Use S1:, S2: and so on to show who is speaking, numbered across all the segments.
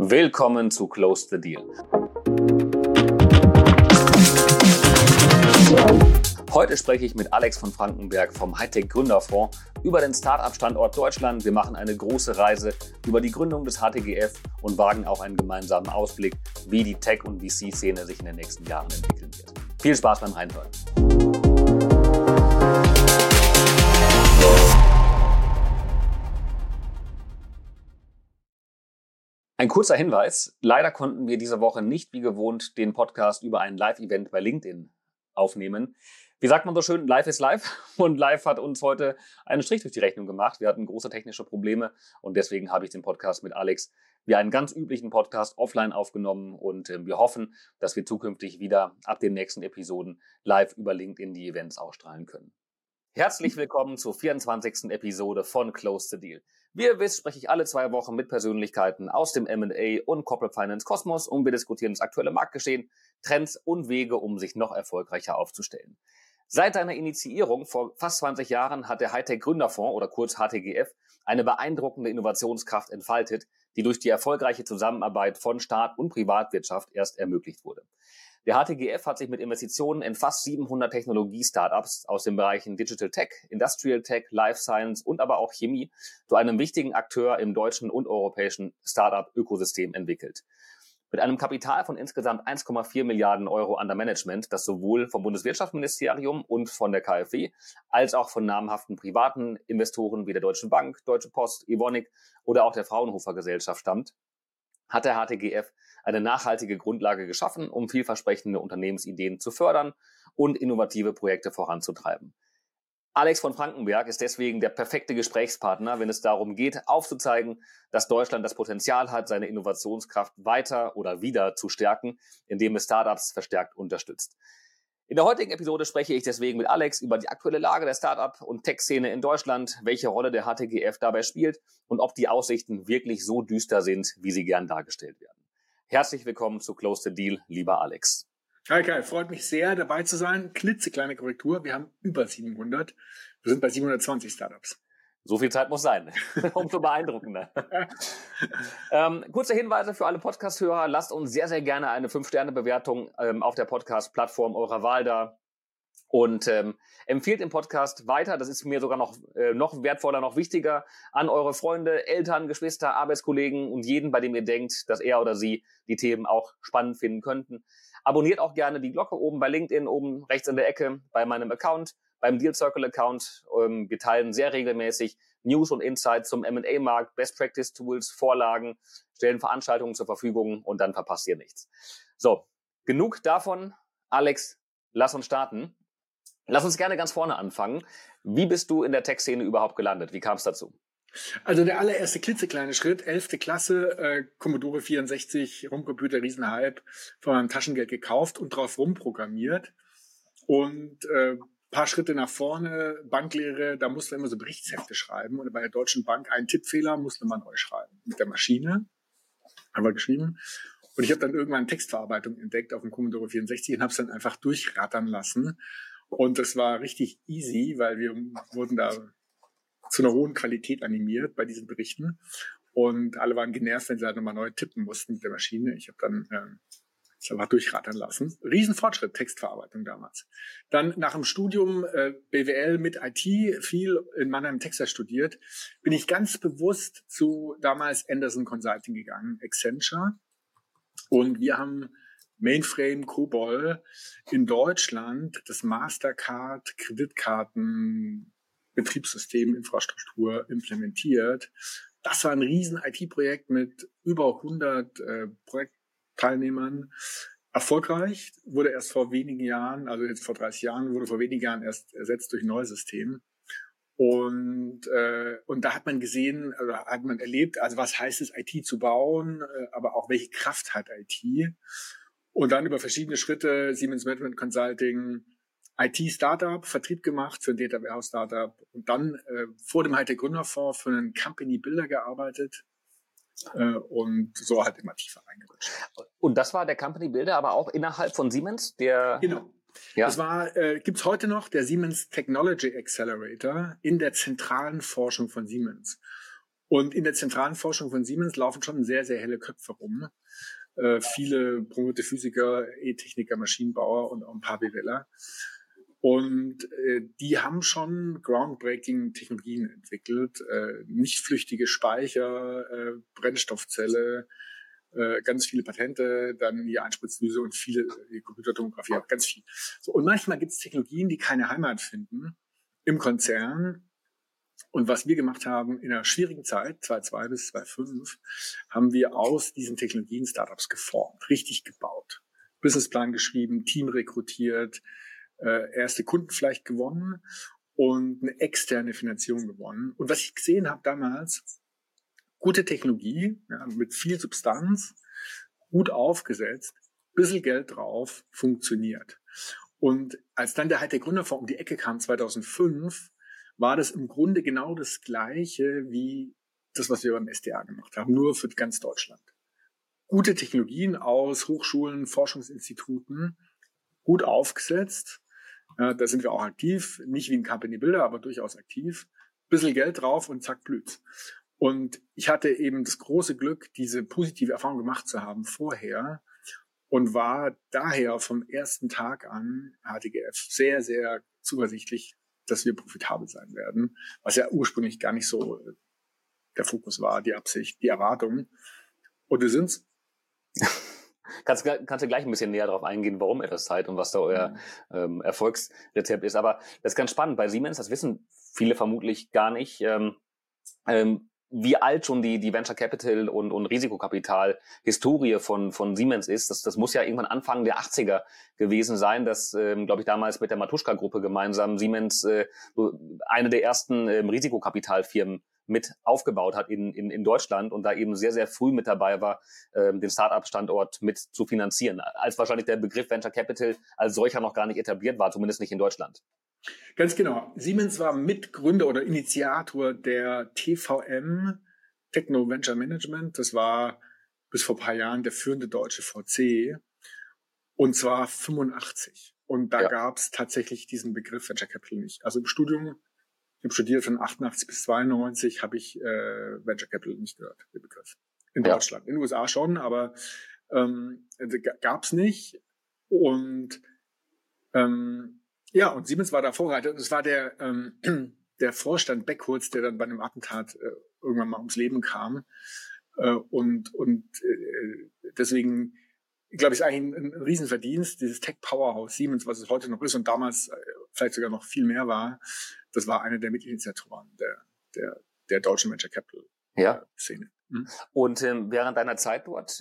S1: Willkommen zu Close the Deal. Heute spreche ich mit Alex von Frankenberg vom Hightech Gründerfonds über den Startup-Standort Deutschland. Wir machen eine große Reise über die Gründung des HTGF und wagen auch einen gemeinsamen Ausblick, wie die Tech- und VC-Szene sich in den nächsten Jahren entwickeln wird. Viel Spaß beim Reinhören. Ein kurzer Hinweis. Leider konnten wir diese Woche nicht wie gewohnt den Podcast über ein Live-Event bei LinkedIn aufnehmen. Wie sagt man so schön, live ist live, und live hat uns heute einen Strich durch die Rechnung gemacht. Wir hatten große technische Probleme und deswegen habe ich den Podcast mit Alex wie einen ganz üblichen Podcast offline aufgenommen und wir hoffen, dass wir zukünftig wieder ab den nächsten Episoden live über LinkedIn die Events ausstrahlen können. Herzlich willkommen zur 24. Episode von Close the Deal. Wie ihr wisst, spreche ich alle 2 Wochen mit Persönlichkeiten aus dem M&A und Corporate Finance Kosmos und wir diskutieren das aktuelle Marktgeschehen, Trends und Wege, um sich noch erfolgreicher aufzustellen. Seit seiner Initiierung vor fast 20 Jahren hat der Hightech Gründerfonds oder kurz HTGF eine beeindruckende Innovationskraft entfaltet, die durch die erfolgreiche Zusammenarbeit von Staat und Privatwirtschaft erst ermöglicht wurde. Der HTGF hat sich mit Investitionen in fast 700 Technologie-Startups aus den Bereichen Digital Tech, Industrial Tech, Life Science und aber auch Chemie zu einem wichtigen Akteur im deutschen und europäischen Startup-Ökosystem entwickelt. Mit einem Kapital von insgesamt 1,4 Milliarden Euro under Management, das sowohl vom Bundeswirtschaftsministerium und von der KfW als auch von namhaften privaten Investoren wie der Deutschen Bank, Deutsche Post, Evonik oder auch der Fraunhofer Gesellschaft stammt, hat der HTGF eine nachhaltige Grundlage geschaffen, um vielversprechende Unternehmensideen zu fördern und innovative Projekte voranzutreiben. Alex von Frankenberg ist deswegen der perfekte Gesprächspartner, wenn es darum geht, aufzuzeigen, dass Deutschland das Potenzial hat, seine Innovationskraft weiter oder wieder zu stärken, indem es Startups verstärkt unterstützt. In der heutigen Episode spreche ich deswegen mit Alex über die aktuelle Lage der Startup- und Tech-Szene in Deutschland, welche Rolle der HTGF dabei spielt und ob die Aussichten wirklich so düster sind, wie sie gern dargestellt werden. Herzlich willkommen zu Close the Deal, lieber Alex.
S2: Hi Kai, freut mich sehr, dabei zu sein. Klitzekleine Korrektur, wir haben über 700. Wir sind bei 720 Startups.
S1: So viel Zeit muss sein. Umso beeindruckender. Kurze Hinweise für alle Podcast-Hörer. Lasst uns sehr, sehr gerne eine 5-Sterne-Bewertung auf der Podcast-Plattform eurer Wahl da. Und empfehlt den Podcast weiter. Das ist mir sogar noch wertvoller, noch wichtiger, an eure Freunde, Eltern, Geschwister, Arbeitskollegen und jeden, bei dem ihr denkt, dass er oder sie die Themen auch spannend finden könnten. Abonniert auch gerne die Glocke oben bei LinkedIn, oben rechts in der Ecke bei meinem Account, beim Deal Circle Account. Wir teilen sehr regelmäßig News und Insights zum M&A-Markt, Best Practice Tools, Vorlagen, stellen Veranstaltungen zur Verfügung und dann verpasst ihr nichts. So, genug davon. Alex, lass uns starten. Lass uns gerne ganz vorne anfangen. Wie bist du in der Tech-Szene überhaupt gelandet? Wie kam es dazu?
S2: Also der allererste klitzekleine Schritt, 11. Klasse, Commodore 64, Rumcomputer, Riesenhype, von meinem Taschengeld gekauft und drauf rumprogrammiert. Und paar Schritte nach vorne, Banklehre, da musste man immer so Berichtshefte schreiben. Und bei der Deutschen Bank einen Tippfehler musste man neu schreiben. Mit der Maschine haben wir geschrieben. Und ich habe dann irgendwann Textverarbeitung entdeckt auf dem Commodore 64 und habe es dann einfach durchrattern lassen. Und das war richtig easy, weil wir wurden da zu einer hohen Qualität animiert bei diesen Berichten. Und alle waren genervt, wenn sie halt nochmal neu tippen mussten mit der Maschine. Ich habe dann das einfach durchrattern lassen. Riesenfortschritt, Textverarbeitung damals. Dann nach dem Studium BWL mit IT, viel in Mannheim, Texas studiert, bin ich ganz bewusst zu damals Anderson Consulting gegangen, Accenture. Und wir haben Mainframe, COBOL in Deutschland, das Mastercard, Kreditkarten, Betriebssystem, Infrastruktur implementiert. Das war ein riesen IT-Projekt mit über 100 Projektteilnehmern. Erfolgreich, wurde erst vor wenigen Jahren, also jetzt vor 30 Jahren, wurde vor wenigen Jahren erst ersetzt durch ein neues System. Und da hat man gesehen, oder hat man erlebt, also was heißt es, IT zu bauen, aber auch welche Kraft hat IT. Und dann über verschiedene Schritte, Siemens Management Consulting, IT-Startup, Vertrieb gemacht für ein Data Warehouse Startup und dann vor dem Hightech Gründerfonds für einen Company Builder gearbeitet und so halt immer tiefer reingerutscht.
S1: Und das war der Company Builder, aber auch innerhalb von Siemens?
S2: Genau.
S1: Ja.
S2: Das war, gibt's heute noch, der Siemens Technology Accelerator in der zentralen Forschung von Siemens. Und in der zentralen Forschung von Siemens laufen schon sehr, sehr helle Köpfe rum. Viele promovierte Physiker, E-Techniker, Maschinenbauer und auch ein paar BWLer. Und die haben schon groundbreaking Technologien entwickelt. Nicht flüchtige Speicher, Brennstoffzelle, ganz viele Patente, dann die Einspritzdüse und viele Computertomographie, auch ganz viel. So, und manchmal gibt es Technologien, die keine Heimat finden im Konzern. Und was wir gemacht haben in einer schwierigen Zeit, 2002 bis 2005, haben wir aus diesen Technologien Startups geformt, richtig gebaut. Businessplan geschrieben, Team rekrutiert, erste Kunden vielleicht gewonnen und eine externe Finanzierung gewonnen. Und was ich gesehen habe damals, gute Technologie, ja, mit viel Substanz, gut aufgesetzt, bisschen Geld drauf, funktioniert. Und als dann der Hightech-Gründerfonds um die Ecke kam 2005, war das im Grunde genau das Gleiche wie das, was wir beim SDA gemacht haben, nur für ganz Deutschland. Gute Technologien aus Hochschulen, Forschungsinstituten, gut aufgesetzt. Da sind wir auch aktiv, nicht wie ein Company Builder, aber durchaus aktiv. Bisschen Geld drauf und zack, blüht's. Und ich hatte eben das große Glück, diese positive Erfahrung gemacht zu haben vorher und war daher vom ersten Tag an HTGF sehr, sehr zuversichtlich, dass wir profitabel sein werden, was ja ursprünglich gar nicht so der Fokus war, die Absicht, die Erwartung. Und wir sind's.
S1: Kannst du gleich ein bisschen näher darauf eingehen, warum ihr das seid und was da euer Erfolgsrezept ist. Aber das ist ganz spannend. Bei Siemens, das wissen viele vermutlich gar nicht, wie alt schon die Venture Capital und Risikokapital-Historie von Siemens ist. Das muss ja irgendwann Anfang der 80er gewesen sein, dass, glaube ich, damals mit der Matuschka-Gruppe gemeinsam Siemens eine der ersten Risikokapitalfirmen mit aufgebaut hat in Deutschland und da eben sehr, sehr früh mit dabei war, den Start-up-Standort mit zu finanzieren, als wahrscheinlich der Begriff Venture Capital als solcher noch gar nicht etabliert war, zumindest nicht in Deutschland.
S2: Ganz genau. Siemens war Mitgründer oder Initiator der TVM, Techno Venture Management. Das war bis vor ein paar Jahren der führende deutsche VC. Und zwar 85. Und da gab es tatsächlich diesen Begriff Venture Capital nicht. Also im Studium, ich habe studiert von 88 bis 92, habe ich Venture Capital nicht gehört, den Begriff. In Deutschland. In den USA schon, aber gab es nicht. Und und Siemens war da Vorreiter. Und es war der Vorstand Beckwitz, der dann bei einem Attentat irgendwann mal ums Leben kam. Deswegen, glaube ich, ist eigentlich ein Riesenverdienst, dieses Tech-Powerhouse Siemens, was es heute noch ist und damals vielleicht sogar noch viel mehr war. Das war einer der Mitinitiatoren der deutschen Venture Capital Szene.
S1: Mhm. Und während deiner Zeit dort,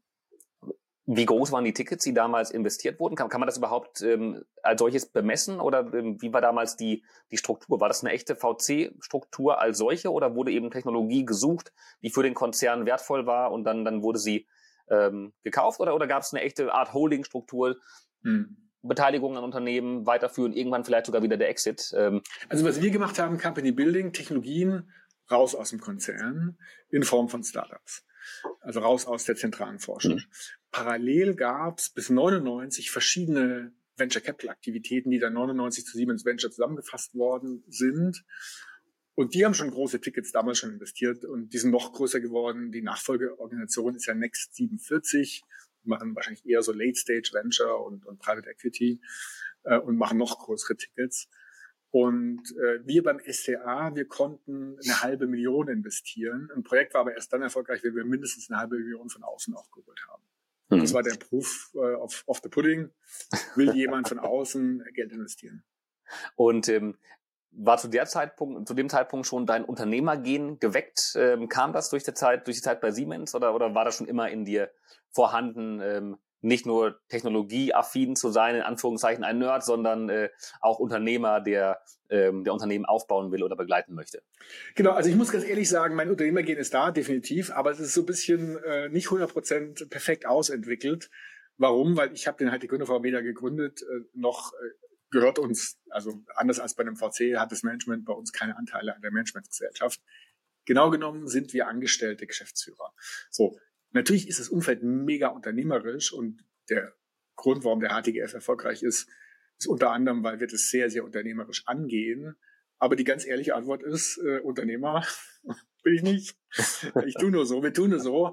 S1: wie groß waren die Tickets, die damals investiert wurden? Kann man das überhaupt als solches bemessen? Oder wie war damals die Struktur? War das eine echte VC-Struktur als solche oder wurde eben Technologie gesucht, die für den Konzern wertvoll war und dann wurde sie gekauft? Oder gab es eine echte Art Holding-Struktur, Beteiligung an Unternehmen, weiterführen, irgendwann vielleicht sogar wieder der Exit?
S2: Also was wir gemacht haben, Company Building, Technologien raus aus dem Konzern in Form von Startups. Also raus aus der zentralen Forschung. Parallel gab es bis 99 verschiedene Venture Capital Aktivitäten, die dann 99 zu Siemens Venture zusammengefasst worden sind. Und die haben schon große Tickets damals schon investiert und die sind noch größer geworden. Die Nachfolgeorganisation ist ja Next 47, machen wahrscheinlich eher so Late-Stage Venture und Private Equity und machen noch größere Tickets. Und wir beim SDA, wir konnten 500.000 investieren. Ein Projekt war aber erst dann erfolgreich, wenn wir mindestens 500.000 von außen aufgeholt haben. Das war der Proof of the Pudding. Will jemand von außen Geld investieren?
S1: Und war zu dem Zeitpunkt schon dein Unternehmergehen geweckt? Kam das durch die Zeit bei Siemens oder war das schon immer in dir vorhanden, nicht nur technologieaffin zu sein, in Anführungszeichen ein Nerd, sondern auch Unternehmer, der Unternehmen aufbauen will oder begleiten möchte?
S2: Genau, also ich muss ganz ehrlich sagen, mein Unternehmergehen ist da, definitiv, aber es ist so ein bisschen nicht 100% perfekt ausentwickelt. Warum? Weil ich habe den HTG weder gegründet, noch gehört uns, also anders als bei einem VC hat das Management bei uns keine Anteile an der Managementgesellschaft. Genau genommen sind wir angestellte Geschäftsführer. So, natürlich ist das Umfeld mega unternehmerisch und der Grund, warum der HTGF erfolgreich ist unter anderem, weil wir das sehr, sehr unternehmerisch angehen. Aber die ganz ehrliche Antwort ist, Unternehmer Bin ich nicht. Ich tue nur so, wir tun nur so.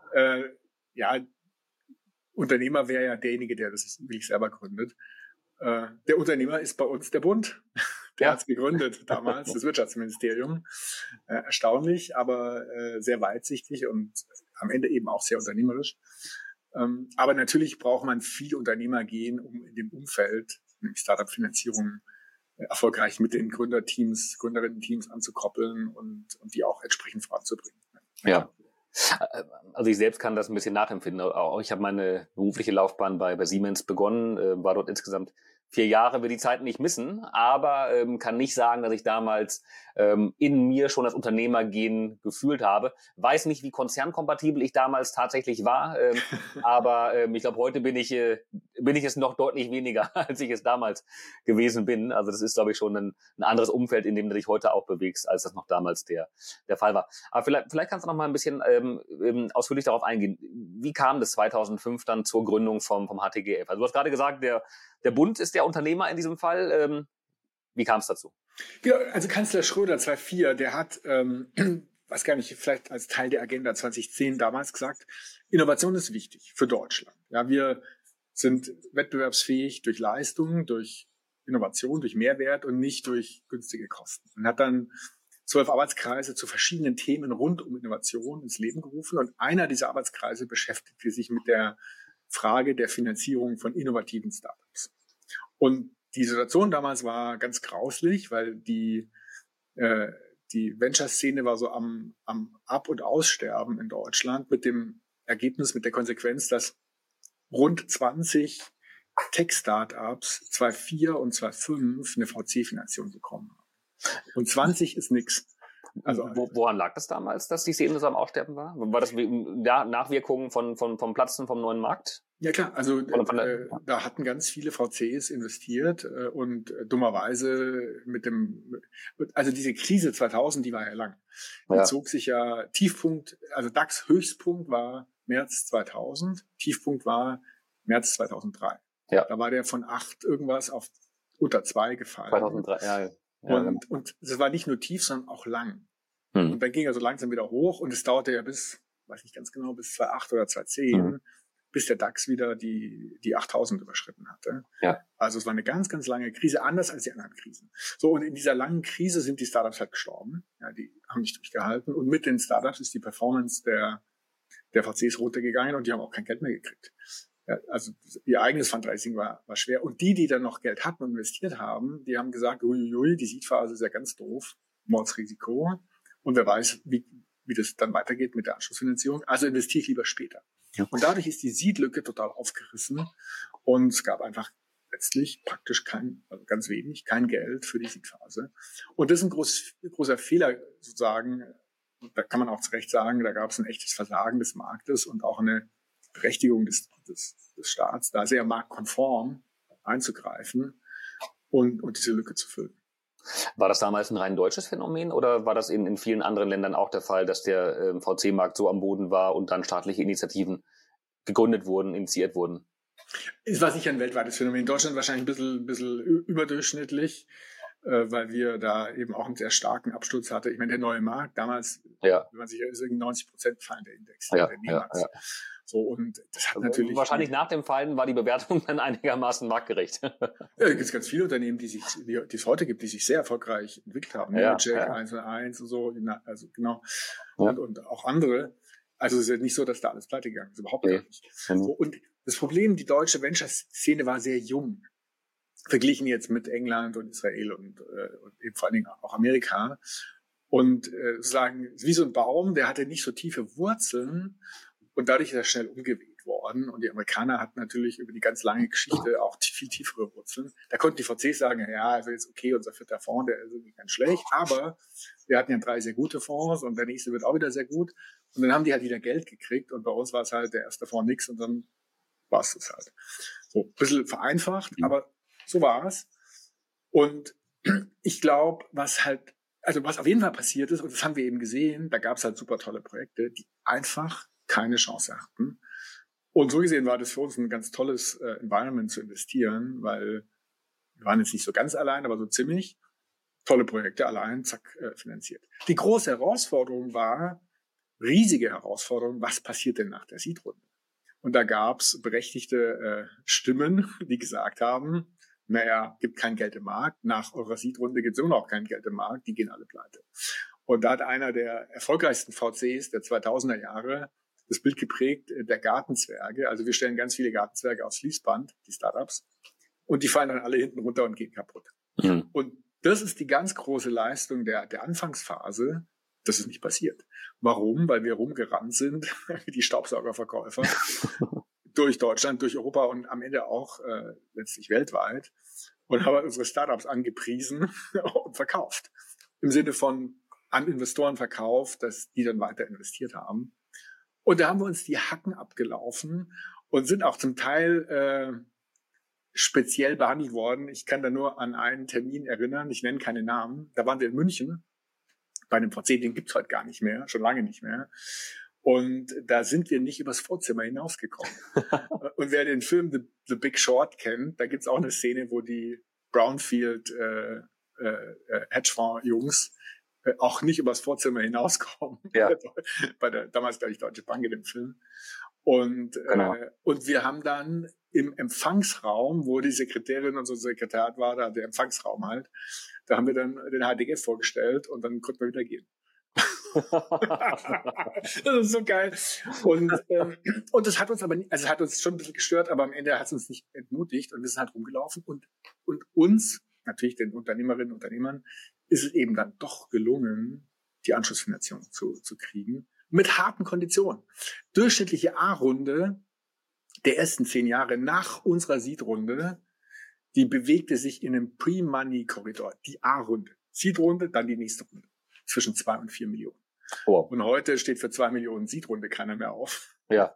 S2: Ja, Unternehmer wäre ja derjenige, der das wirklich selber gründet. Der Unternehmer ist bei uns der Bund. Der hat es gegründet damals, das Wirtschaftsministerium. Erstaunlich, aber sehr weitsichtig und am Ende eben auch sehr unternehmerisch. Aber natürlich braucht man viel Unternehmergehen, um in dem Umfeld, nämlich Startup-Finanzierung, erfolgreich mit den Gründerinnen-Teams anzukoppeln und die auch entsprechend voranzubringen.
S1: Ja. Also ich selbst kann das ein bisschen nachempfinden. Auch ich habe meine berufliche Laufbahn bei Siemens begonnen, war dort insgesamt 4 Jahre, will die Zeit nicht missen, aber kann nicht sagen, dass ich damals in mir schon das Unternehmergehen gefühlt habe. Weiß nicht, wie konzernkompatibel ich damals tatsächlich war, aber ich glaube, heute bin ich es noch deutlich weniger, als ich es damals gewesen bin. Also das ist, glaube ich, schon ein anderes Umfeld, in dem du dich heute auch bewegst, als das noch damals der Fall war. Aber vielleicht kannst du noch mal ein bisschen ausführlich darauf eingehen. Wie kam das 2005 dann zur Gründung vom HTGF? Also du hast gerade gesagt, der Bund ist der Unternehmer in diesem Fall. Wie kam es dazu?
S2: Ja, also Kanzler Schröder 2004, der hat, weiß gar nicht, vielleicht als Teil der Agenda 2010 damals gesagt, Innovation ist wichtig für Deutschland. Ja, wir sind wettbewerbsfähig durch Leistung, durch Innovation, durch Mehrwert und nicht durch günstige Kosten. Und hat dann 12 Arbeitskreise zu verschiedenen Themen rund um Innovation ins Leben gerufen. Und einer dieser Arbeitskreise beschäftigte sich mit der Frage der Finanzierung von innovativen Startups. Und die Situation damals war ganz grauslich, weil die Venture-Szene war so am Ab- und Aussterben in Deutschland mit dem Ergebnis, mit der Konsequenz, dass rund 20 Tech-Startups 2004 und 2005 eine VC-Finanzierung bekommen haben. Und 20 ist nix.
S1: Also woran lag das damals, dass die Szene so am Aussterben war? War das Nachwirkungen vom Platzen vom neuen Markt?
S2: Ja klar, also da hatten ganz viele VCs investiert und dummerweise also diese Krise 2000, die war ja lang. Die zog sich ja Tiefpunkt, also DAX-Höchstpunkt war März 2000, Tiefpunkt war März 2003. Ja. Da war der von 8 irgendwas auf unter 2 gefallen.
S1: 2003,
S2: Und das war nicht nur tief, sondern auch lang. Und dann ging er so langsam wieder hoch und es dauerte ja bis 2008 oder 2010, bis der DAX wieder die 8000 überschritten hatte.
S1: Ja.
S2: Also es war eine ganz, ganz lange Krise, anders als die anderen Krisen. So, und in dieser langen Krise sind die Startups halt gestorben. Ja, die haben nicht durchgehalten. Und mit den Startups ist die Performance der VCs runtergegangen und die haben auch kein Geld mehr gekriegt. Ja, also ihr eigenes Fundraising war schwer. Und die dann noch Geld hatten und investiert haben, die haben gesagt, uiuiui, die Seed-Phase ist ja ganz doof, Mordsrisiko. Und wer weiß, wie das dann weitergeht mit der Anschlussfinanzierung. Also investiere ich lieber später. Ja. Und dadurch ist die Seed-Lücke total aufgerissen und es gab einfach letztlich praktisch ganz wenig, kein Geld für die Seed-Phase. Und das ist ein großer Fehler sozusagen. Da kann man auch zu Recht sagen, da gab es ein echtes Versagen des Marktes und auch eine Berechtigung des Staats, da sehr marktkonform einzugreifen und diese Lücke zu füllen.
S1: War das damals ein rein deutsches Phänomen oder war das in vielen anderen Ländern auch der Fall, dass der VC-Markt so am Boden war und dann staatliche Initiativen gegründet wurden, initiiert wurden?
S2: Es war sicher ein weltweites Phänomen. In Deutschland wahrscheinlich ein bisschen überdurchschnittlich, weil wir da eben auch einen sehr starken Absturz hatten. Ich meine, der neue Markt, damals, wenn man sich erinnert, ist irgendwie 90% fallen der Index.
S1: Ja.
S2: So, und das hat natürlich.
S1: Wahrscheinlich nach dem Fallen war die Bewertung dann einigermaßen marktgerecht.
S2: Ja, da gibt es ganz viele Unternehmen, die es heute gibt, die sich sehr erfolgreich entwickelt haben. Neuroject, 1&1 und so, also genau. Ja. Und auch andere. Also es ist ja nicht so, dass da alles pleite gegangen ist, überhaupt gar nicht. So, und das Problem, die deutsche Venture-Szene war sehr jung. Verglichen jetzt mit England und Israel und eben vor allen Dingen auch Amerika. Und sozusagen wie so ein Baum, der hatte nicht so tiefe Wurzeln. Und dadurch ist er schnell umgeweht worden. Und die Amerikaner hatten natürlich über die ganz lange Geschichte auch viel tiefere Wurzeln. Da konnten die VCs sagen, ja, also jetzt okay, unser 4. Fonds, der ist irgendwie ganz schlecht. Aber wir hatten ja 3 sehr gute Fonds und der nächste wird auch wieder sehr gut. Und dann haben die halt wieder Geld gekriegt. Und bei uns war es halt der erste Fonds nix und dann war es das halt. So ein bisschen vereinfacht, aber so war es. Und ich glaube, was auf jeden Fall passiert ist, und das haben wir eben gesehen, da gab es halt super tolle Projekte, die einfach keine Chance hatten. Und so gesehen war das für uns ein ganz tolles Environment zu investieren, weil wir waren jetzt nicht so ganz allein, aber so ziemlich. tolle Projekte allein, zack, finanziert. Die große Herausforderung war, riesige Herausforderung, was passiert denn nach der Seed-Runde? Und da gab es berechtigte Stimmen, die gesagt haben, naja, gibt kein Geld im Markt, nach eurer Seed-Runde gibt es immer noch kein Geld im Markt, die gehen alle pleite. Und da hat einer der erfolgreichsten VCs der 2000er Jahre das Bild geprägt, der Gartenzwerge. Also wir stellen ganz viele Gartenzwerge aufs Fließband, die Startups, und die fallen dann alle hinten runter und gehen kaputt. Mhm. Und das ist die ganz große Leistung der Anfangsphase. Das ist nicht passiert. Warum? Weil wir rumgerannt sind, wie die Staubsaugerverkäufer, durch Deutschland, durch Europa und am Ende auch letztlich weltweit und haben unsere Startups angepriesen und verkauft. Im Sinne von an Investoren verkauft, dass die dann weiter investiert haben. Und da haben wir uns die Hacken abgelaufen und sind auch zum Teil speziell behandelt worden. Ich kann da nur an einen Termin erinnern, ich nenne keine Namen. Da waren wir in München bei einem VC, den gibt's heute gar nicht mehr, schon lange nicht mehr. Und da sind wir nicht übers Vorzimmer hinausgekommen. Und wer den Film The Big Short kennt, da gibt's auch eine Szene, wo die Brownfield Hedgefonds-Jungs auch nicht übers Vorzimmer hinauskommen. Ja. Bei der damals, glaube ich, Deutsche Bank in dem Film. Und, genau. Und wir haben dann im Empfangsraum, wo die Sekretärin und so Sekretariat war, da der Empfangsraum halt, da haben wir dann den HDGF vorgestellt und dann konnten wir wieder gehen. Das ist so geil. Und das hat uns aber nicht, also es hat uns schon ein bisschen gestört, aber am Ende hat es uns nicht entmutigt und wir sind halt rumgelaufen und uns, natürlich den Unternehmerinnen und Unternehmern, ist es eben dann doch gelungen, die Anschlussfinanzierung zu kriegen. Mit harten Konditionen. Durchschnittliche A-Runde der ersten 10 Jahre nach unserer Seed-Runde, die bewegte sich in einem Pre-Money-Korridor. Die A-Runde. Seed-Runde, dann die nächste Runde. Zwischen 2 und 4 Millionen. Oh. Und heute steht für 2 Millionen Seed-Runde keiner mehr auf.
S1: Ja.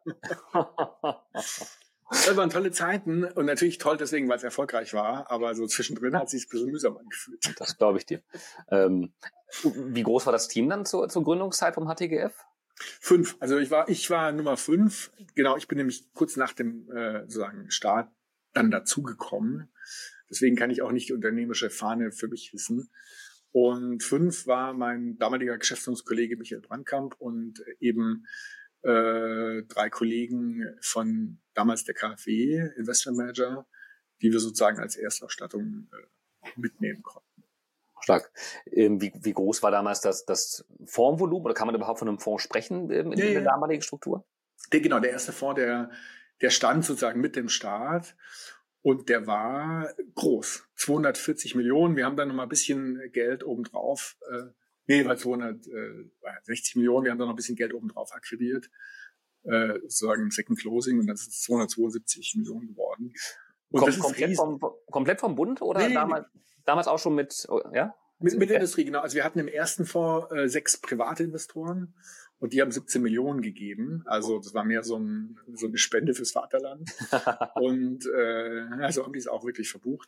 S2: Das waren tolle Zeiten und natürlich toll deswegen, weil es erfolgreich war, aber so zwischendrin hat es sich ein bisschen mühsam angefühlt.
S1: Das glaube ich dir. Wie groß war das Team dann zur Gründungszeit vom HTGF?
S2: 5. Also ich war Nummer 5. Genau, ich bin nämlich kurz nach dem sozusagen Start dann dazugekommen. Deswegen kann ich auch nicht die unternehmerische Fahne für mich wissen. Und 5 war mein damaliger Geschäftsführungskollege Michael Brandkamp und eben 3 Kollegen von damals der KfW, Investment Manager, die wir sozusagen als Erstausstattung mitnehmen konnten.
S1: Stark. Wie groß war damals das Fondsvolumen? Oder kann man überhaupt von einem Fonds sprechen in der damaligen Struktur?
S2: Der erste Fonds, der stand sozusagen mit dem Start und der war groß. 240 Millionen. Wir haben dann noch mal ein bisschen Geld obendrauf. War 260 Millionen. Wir haben dann noch ein bisschen Geld obendrauf akquiriert. Sozusagen im Second Closing und dann ist es 272 Millionen geworden.
S1: Und komplett vom Bund oder damals auch schon mit, ja?
S2: Mit der Industrie, genau. Also wir hatten im ersten Fonds 6 private Investoren und die haben 17 Millionen gegeben. Also das war mehr so eine Spende fürs Vaterland. Und also haben die es auch wirklich verbucht.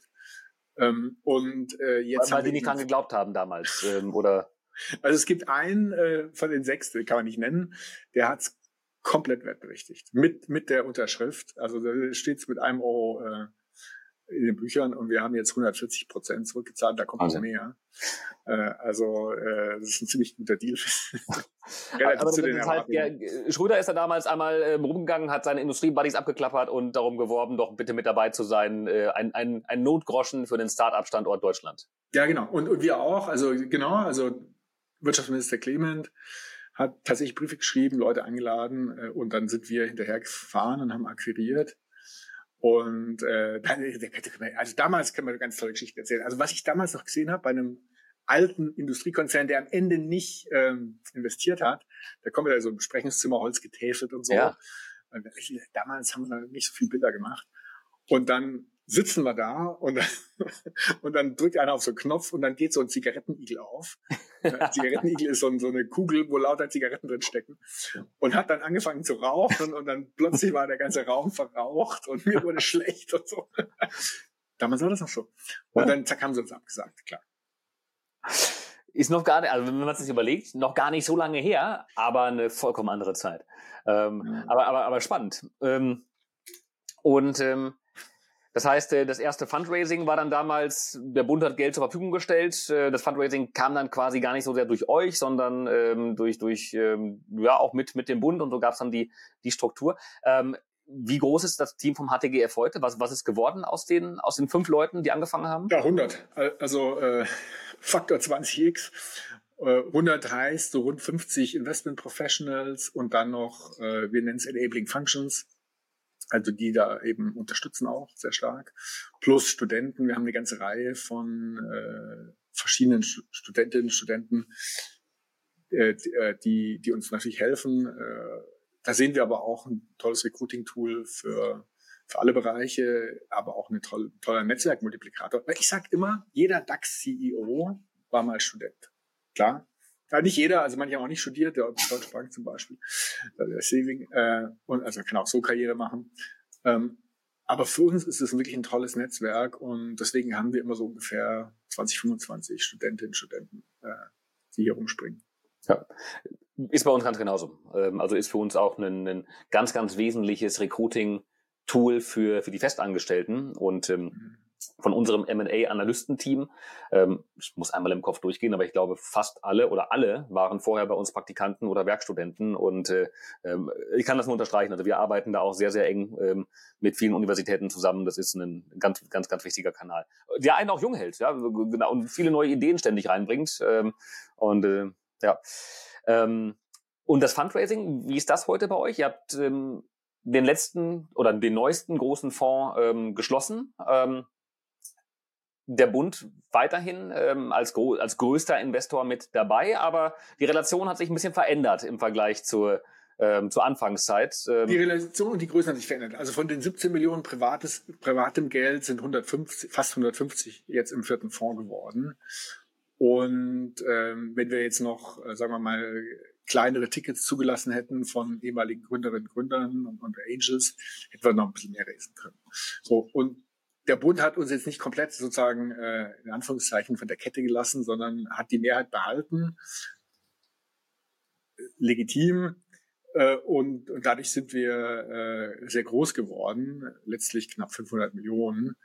S1: Jetzt weil die nicht dran geglaubt haben damals, oder?
S2: Also es gibt einen von den 6, den kann man nicht nennen, der hat es komplett wertberichtigt. Mit der Unterschrift. Also da steht es mit einem Euro in den Büchern und wir haben jetzt 140% zurückgezahlt, da kommt noch mehr. Das ist ein ziemlich guter Deal.
S1: Aber zu den Schröder ist da damals einmal rumgegangen, hat seine Industriebuddies abgeklappert und darum geworben, doch bitte mit dabei zu sein. Ein Notgroschen für den Start-up-Standort Deutschland.
S2: Ja, genau. Und wir auch. Also Wirtschaftsminister Clement hat tatsächlich Briefe geschrieben, Leute eingeladen und dann sind wir hinterher gefahren und haben akquiriert. Und damals kann man eine ganz tolle Geschichte erzählen. Also was ich damals noch gesehen habe bei einem alten Industriekonzern, der am Ende nicht investiert hat, da kommen wir da so ein Besprechungszimmer, Holz getäfelt und so. Ja. Und damals haben wir da nicht so viel Bilder gemacht. Und dann sitzen wir da und dann drückt einer auf so einen Knopf und dann geht so ein Zigarettenigel auf. Ein Zigarettenigel ist so eine Kugel, wo lauter Zigaretten drin stecken. Und hat dann angefangen zu rauchen und dann plötzlich war der ganze Raum verraucht und mir wurde schlecht und so. Damals war das noch so. Und dann zack, haben sie uns abgesagt, klar.
S1: Ist noch gar nicht, also wenn man sich überlegt, noch gar nicht so lange her, aber eine vollkommen andere Zeit. Aber spannend. Das heißt, das erste Fundraising war dann damals, der Bund hat Geld zur Verfügung gestellt. Das Fundraising kam dann quasi gar nicht so sehr durch euch, sondern durch auch mit dem Bund, und so gab es dann die Struktur. Wie groß ist das Team vom HTGF heute? Was ist geworden aus den 5 Leuten, die angefangen haben?
S2: Ja, 100. Also Faktor 20x. 100 heißt so rund 50 Investment Professionals und dann noch, wir nennen es Enabling Functions, also die da eben unterstützen auch sehr stark. Plus Studenten. Wir haben eine ganze Reihe von verschiedenen Studentinnen und Studenten, die uns natürlich helfen. Da sehen wir aber auch ein tolles Recruiting-Tool für alle Bereiche, aber auch ein toller Netzwerkmultiplikator. Weil ich sage immer, jeder DAX-CEO war mal Student. Klar. Ja, nicht jeder, also manche haben auch nicht studiert, der Deutsche Bank zum Beispiel, der Saving, und also kann auch so Karriere machen. Aber für uns ist es wirklich ein tolles Netzwerk und deswegen haben wir immer so ungefähr 20, 25 Studentinnen und Studenten, die hier rumspringen.
S1: Ja, ist bei uns ganz genauso. Also ist für uns auch ein ganz, ganz wesentliches Recruiting-Tool für die Festangestellten und von unserem M&A-Analystenteam. Ich muss einmal im Kopf durchgehen, aber ich glaube, fast alle oder alle waren vorher bei uns Praktikanten oder Werkstudenten und ich kann das nur unterstreichen. Also wir arbeiten da auch sehr, sehr eng mit vielen Universitäten zusammen. Das ist ein ganz, ganz, ganz wichtiger Kanal, der einen auch jung hält, ja, genau, und viele neue Ideen ständig reinbringt. Ja. Und das Fundraising, wie ist das heute bei euch? Ihr habt den letzten oder den neuesten großen Fonds geschlossen. Der Bund weiterhin als größter Investor mit dabei, aber die Relation hat sich ein bisschen verändert im Vergleich zur Anfangszeit.
S2: Die Relation und die Größe hat sich verändert. Also von den 17 Millionen privatem Geld sind fast 150 jetzt im 4. Fonds geworden. Und wenn wir jetzt noch, sagen wir mal, kleinere Tickets zugelassen hätten von ehemaligen Gründerinnen und Gründern und Angels, hätten wir noch ein bisschen mehr raisen können. So, und der Bund hat uns jetzt nicht komplett sozusagen in Anführungszeichen von der Kette gelassen, sondern hat die Mehrheit behalten. Legitim. Und dadurch sind wir sehr groß geworden, letztlich knapp 500 Millionen.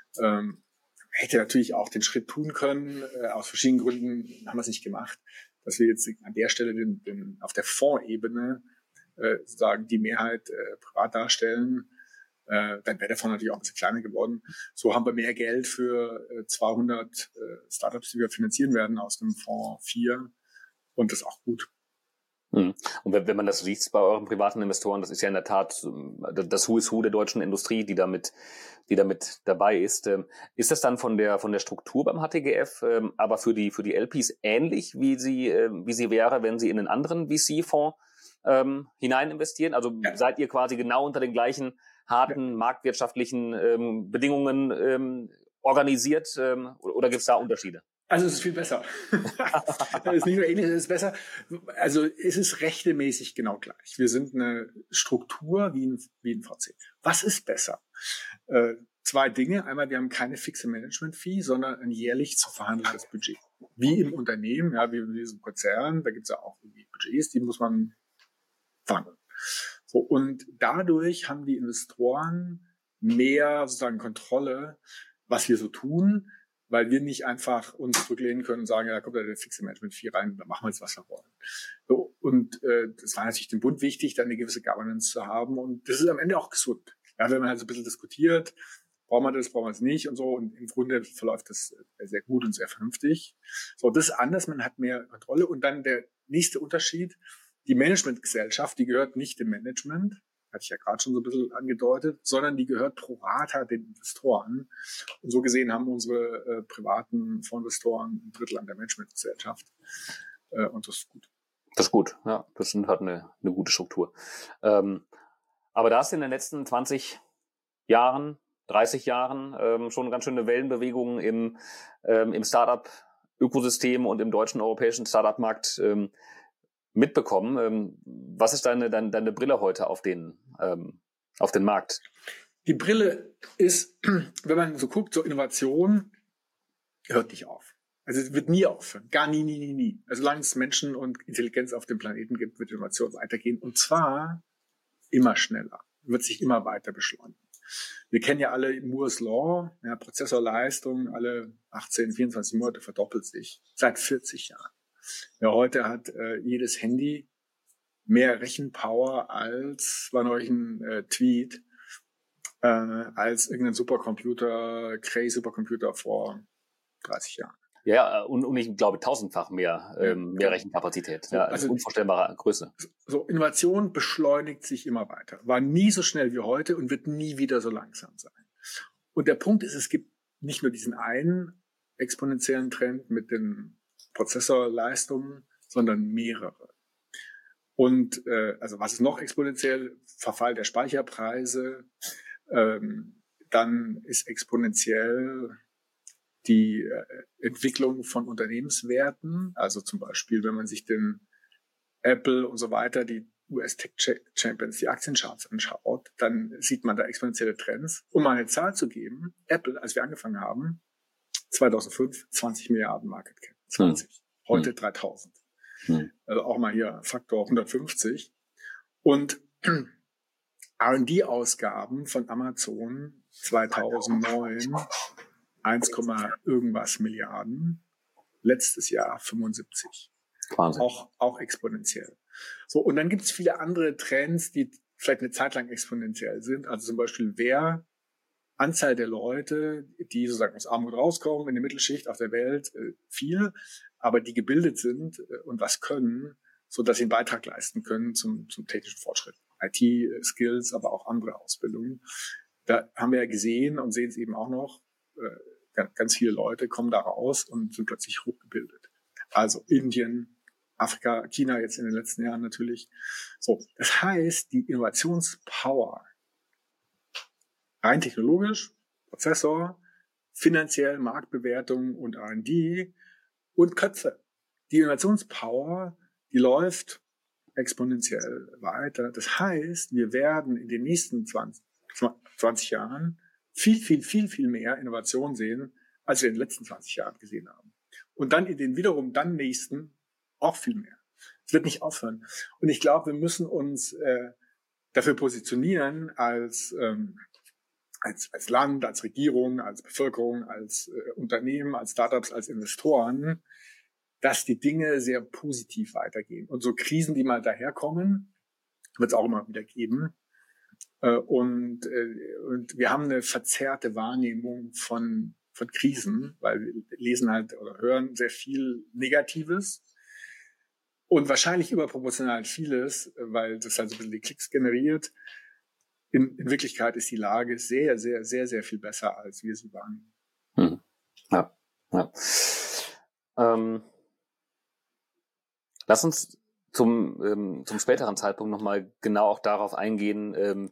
S2: Hätte natürlich auch den Schritt tun können. Aus verschiedenen Gründen haben wir es nicht gemacht, dass wir jetzt an der Stelle auf der Fondsebene sozusagen die Mehrheit privat darstellen. Dann wäre der Fonds natürlich auch ein bisschen kleiner geworden. So haben wir mehr Geld für 200 Startups, die wir finanzieren werden aus dem Fonds 4. Und das ist auch gut.
S1: Und wenn man das sieht bei euren privaten Investoren, das ist ja in der Tat das Who is Who der deutschen Industrie, die damit dabei ist. Ist das dann von der Struktur beim HTGF, aber für die LPs ähnlich, wie sie wäre, wenn sie in einen anderen VC-Fonds hinein investieren? Also ja. Seid ihr quasi genau unter den gleichen harten marktwirtschaftlichen Bedingungen organisiert, oder gibt es da Unterschiede?
S2: Also es ist viel besser. Es ist nicht nur ähnlich, es ist besser. Also es ist rechtemäßig genau gleich. Wir sind eine Struktur wie ein VC. Was ist besser? 2 Dinge. Einmal, wir haben keine fixe Management-Fee, sondern ein jährlich zu verhandeltes Budget. Wie im Unternehmen, ja, wie in diesem Konzern, da gibt es ja auch irgendwie Budgets, die muss man verhandeln. So, und dadurch haben die Investoren mehr sozusagen Kontrolle, was wir so tun, weil wir nicht einfach uns zurücklehnen können und sagen, ja, da kommt ja der fixe Management-Fee rein, da machen wir jetzt, was wir wollen. So, und das war natürlich dem Bund wichtig, da eine gewisse Governance zu haben. Und das ist am Ende auch gesund. Ja, wenn man halt so ein bisschen diskutiert, brauchen wir es nicht und so. Und im Grunde verläuft das sehr gut und sehr vernünftig. So, das ist anders, man hat mehr Kontrolle. Und dann der nächste Unterschied, die Managementgesellschaft, die gehört nicht dem Management, hatte ich ja gerade schon so ein bisschen angedeutet, sondern die gehört pro rata den Investoren. Und so gesehen haben unsere privaten Fondsinvestoren ein Drittel an der Managementgesellschaft. Und das ist gut.
S1: Das ist gut, ja. Das hat eine gute Struktur. Aber da ist in den letzten 20 Jahren, 30 Jahren schon ganz schöne Wellenbewegungen im Startup-Ökosystem und im deutschen europäischen Startup-Markt mitbekommen. Was ist deine Brille heute auf den Markt?
S2: Die Brille ist, wenn man so guckt, so Innovation hört nicht auf. Also es wird nie aufhören. Gar nie. Also solange es Menschen und Intelligenz auf dem Planeten gibt, wird Innovation weitergehen. Und zwar immer schneller. Wird sich immer weiter beschleunigen. Wir kennen ja alle Moore's Law, ja, Prozessorleistung alle 18, 24 Monate verdoppelt sich. Seit 40 Jahren. Ja, heute hat jedes Handy mehr Rechenpower als, war neulich ein Tweet, als irgendein Supercomputer, Cray-Supercomputer vor 30 Jahren.
S1: Ja, und ich glaube tausendfach mehr Rechenkapazität.
S2: So,
S1: ja,
S2: also
S1: unvorstellbare Größe.
S2: So, Innovation beschleunigt sich immer weiter. War nie so schnell wie heute und wird nie wieder so langsam sein. Und der Punkt ist, es gibt nicht nur diesen einen exponentiellen Trend mit den Prozessorleistungen, sondern mehrere. Und also was ist noch exponentiell? Verfall der Speicherpreise. Dann ist exponentiell die Entwicklung von Unternehmenswerten. Also zum Beispiel, wenn man sich den Apple und so weiter, die US Tech Champions, die Aktiencharts anschaut, dann sieht man da exponentielle Trends. Um mal eine Zahl zu geben, Apple, als wir angefangen haben, 2005 20 Milliarden Market Cap, 20. Heute 3000. Also auch mal hier Faktor 150. Und R&D-Ausgaben von Amazon 2009 1, irgendwas Milliarden. Letztes Jahr 75.
S1: Wahnsinn.
S2: Auch exponentiell. So, und dann gibt es viele andere Trends, die vielleicht eine Zeit lang exponentiell sind. Also zum Beispiel Anzahl der Leute, die sozusagen aus Armut rauskommen in der Mittelschicht auf der Welt, viel, aber die gebildet sind und was können, so dass sie einen Beitrag leisten können zum technischen Fortschritt. IT-Skills, aber auch andere Ausbildungen. Da haben wir ja gesehen und sehen es eben auch noch, ganz viele Leute kommen da raus und sind plötzlich hochgebildet. Also Indien, Afrika, China jetzt in den letzten Jahren natürlich. So, das heißt, die Innovationspower, rein technologisch, Prozessor, finanziell Marktbewertung und R&D und Köpfe. Die Innovationspower, die läuft exponentiell weiter. Das heißt, wir werden in den nächsten 20 Jahren viel mehr Innovation sehen, als wir in den letzten 20 Jahren gesehen haben. Und dann in den wiederum dann nächsten auch viel mehr. Es wird nicht aufhören. Und ich glaube, wir müssen uns dafür positionieren als Land, als Regierung, als Bevölkerung, als Unternehmen, als Startups, als Investoren, dass die Dinge sehr positiv weitergehen. Und so Krisen, die mal daherkommen, wird es auch immer wieder geben. Und wir haben eine verzerrte Wahrnehmung von Krisen, weil wir lesen halt oder hören sehr viel Negatives und wahrscheinlich überproportional vieles, weil das halt so ein bisschen die Klicks generiert. In Wirklichkeit ist die Lage sehr, sehr, sehr, sehr viel besser, als wir sie wahrnehmen.
S1: Ja. Lass uns zum späteren Zeitpunkt nochmal genau auch darauf eingehen,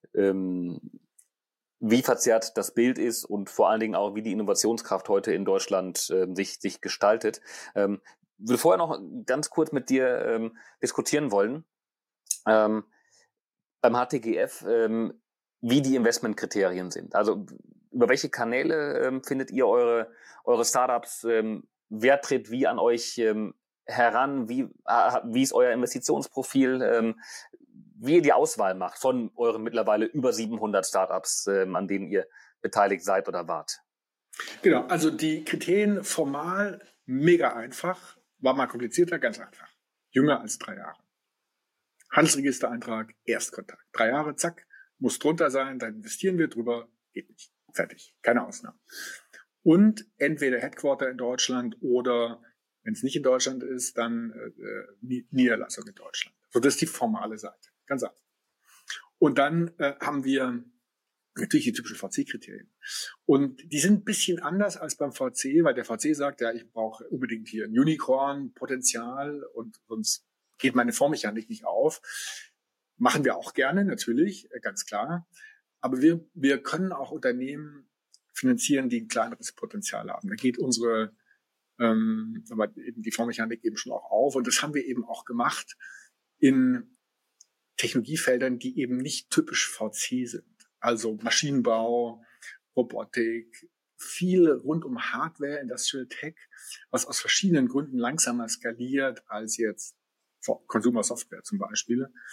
S1: wie verzerrt das Bild ist und vor allen Dingen auch, wie die Innovationskraft heute in Deutschland sich gestaltet. Will vorher noch ganz kurz mit dir diskutieren wollen, beim HTGF, wie die Investmentkriterien sind. Also über welche Kanäle findet ihr eure Startups, wer tritt wie an euch heran, wie ist euer Investitionsprofil, wie ihr die Auswahl macht von euren mittlerweile über 700 Startups, an denen ihr beteiligt seid oder wart?
S2: Genau, also die Kriterien formal mega einfach, war mal komplizierter, ganz einfach. Jünger als 3 Jahre. Handelsregistereintrag, Erstkontakt. 3 Jahre, zack, muss drunter sein, dann investieren wir drüber, geht nicht. Fertig, keine Ausnahme. Und entweder Headquarter in Deutschland oder, wenn es nicht in Deutschland ist, dann Niederlassung in Deutschland. So, das ist die formale Seite, ganz einfach. Und dann haben wir natürlich die typischen VC-Kriterien. Und die sind ein bisschen anders als beim VC, weil der VC sagt, ja, ich brauche unbedingt hier ein Unicorn-Potenzial und sonst geht meine Fondsmechanik nicht auf. Machen wir auch gerne, natürlich, ganz klar. Aber wir können auch Unternehmen finanzieren, die ein kleineres Potenzial haben. Da geht unsere aber die Fondsmechanik eben schon auch auf. Und das haben wir eben auch gemacht in Technologiefeldern, die eben nicht typisch VC sind. Also Maschinenbau, Robotik, viel rund um Hardware, Industrial Tech, was aus verschiedenen Gründen langsamer skaliert als jetzt Consumer Software zum Beispiel.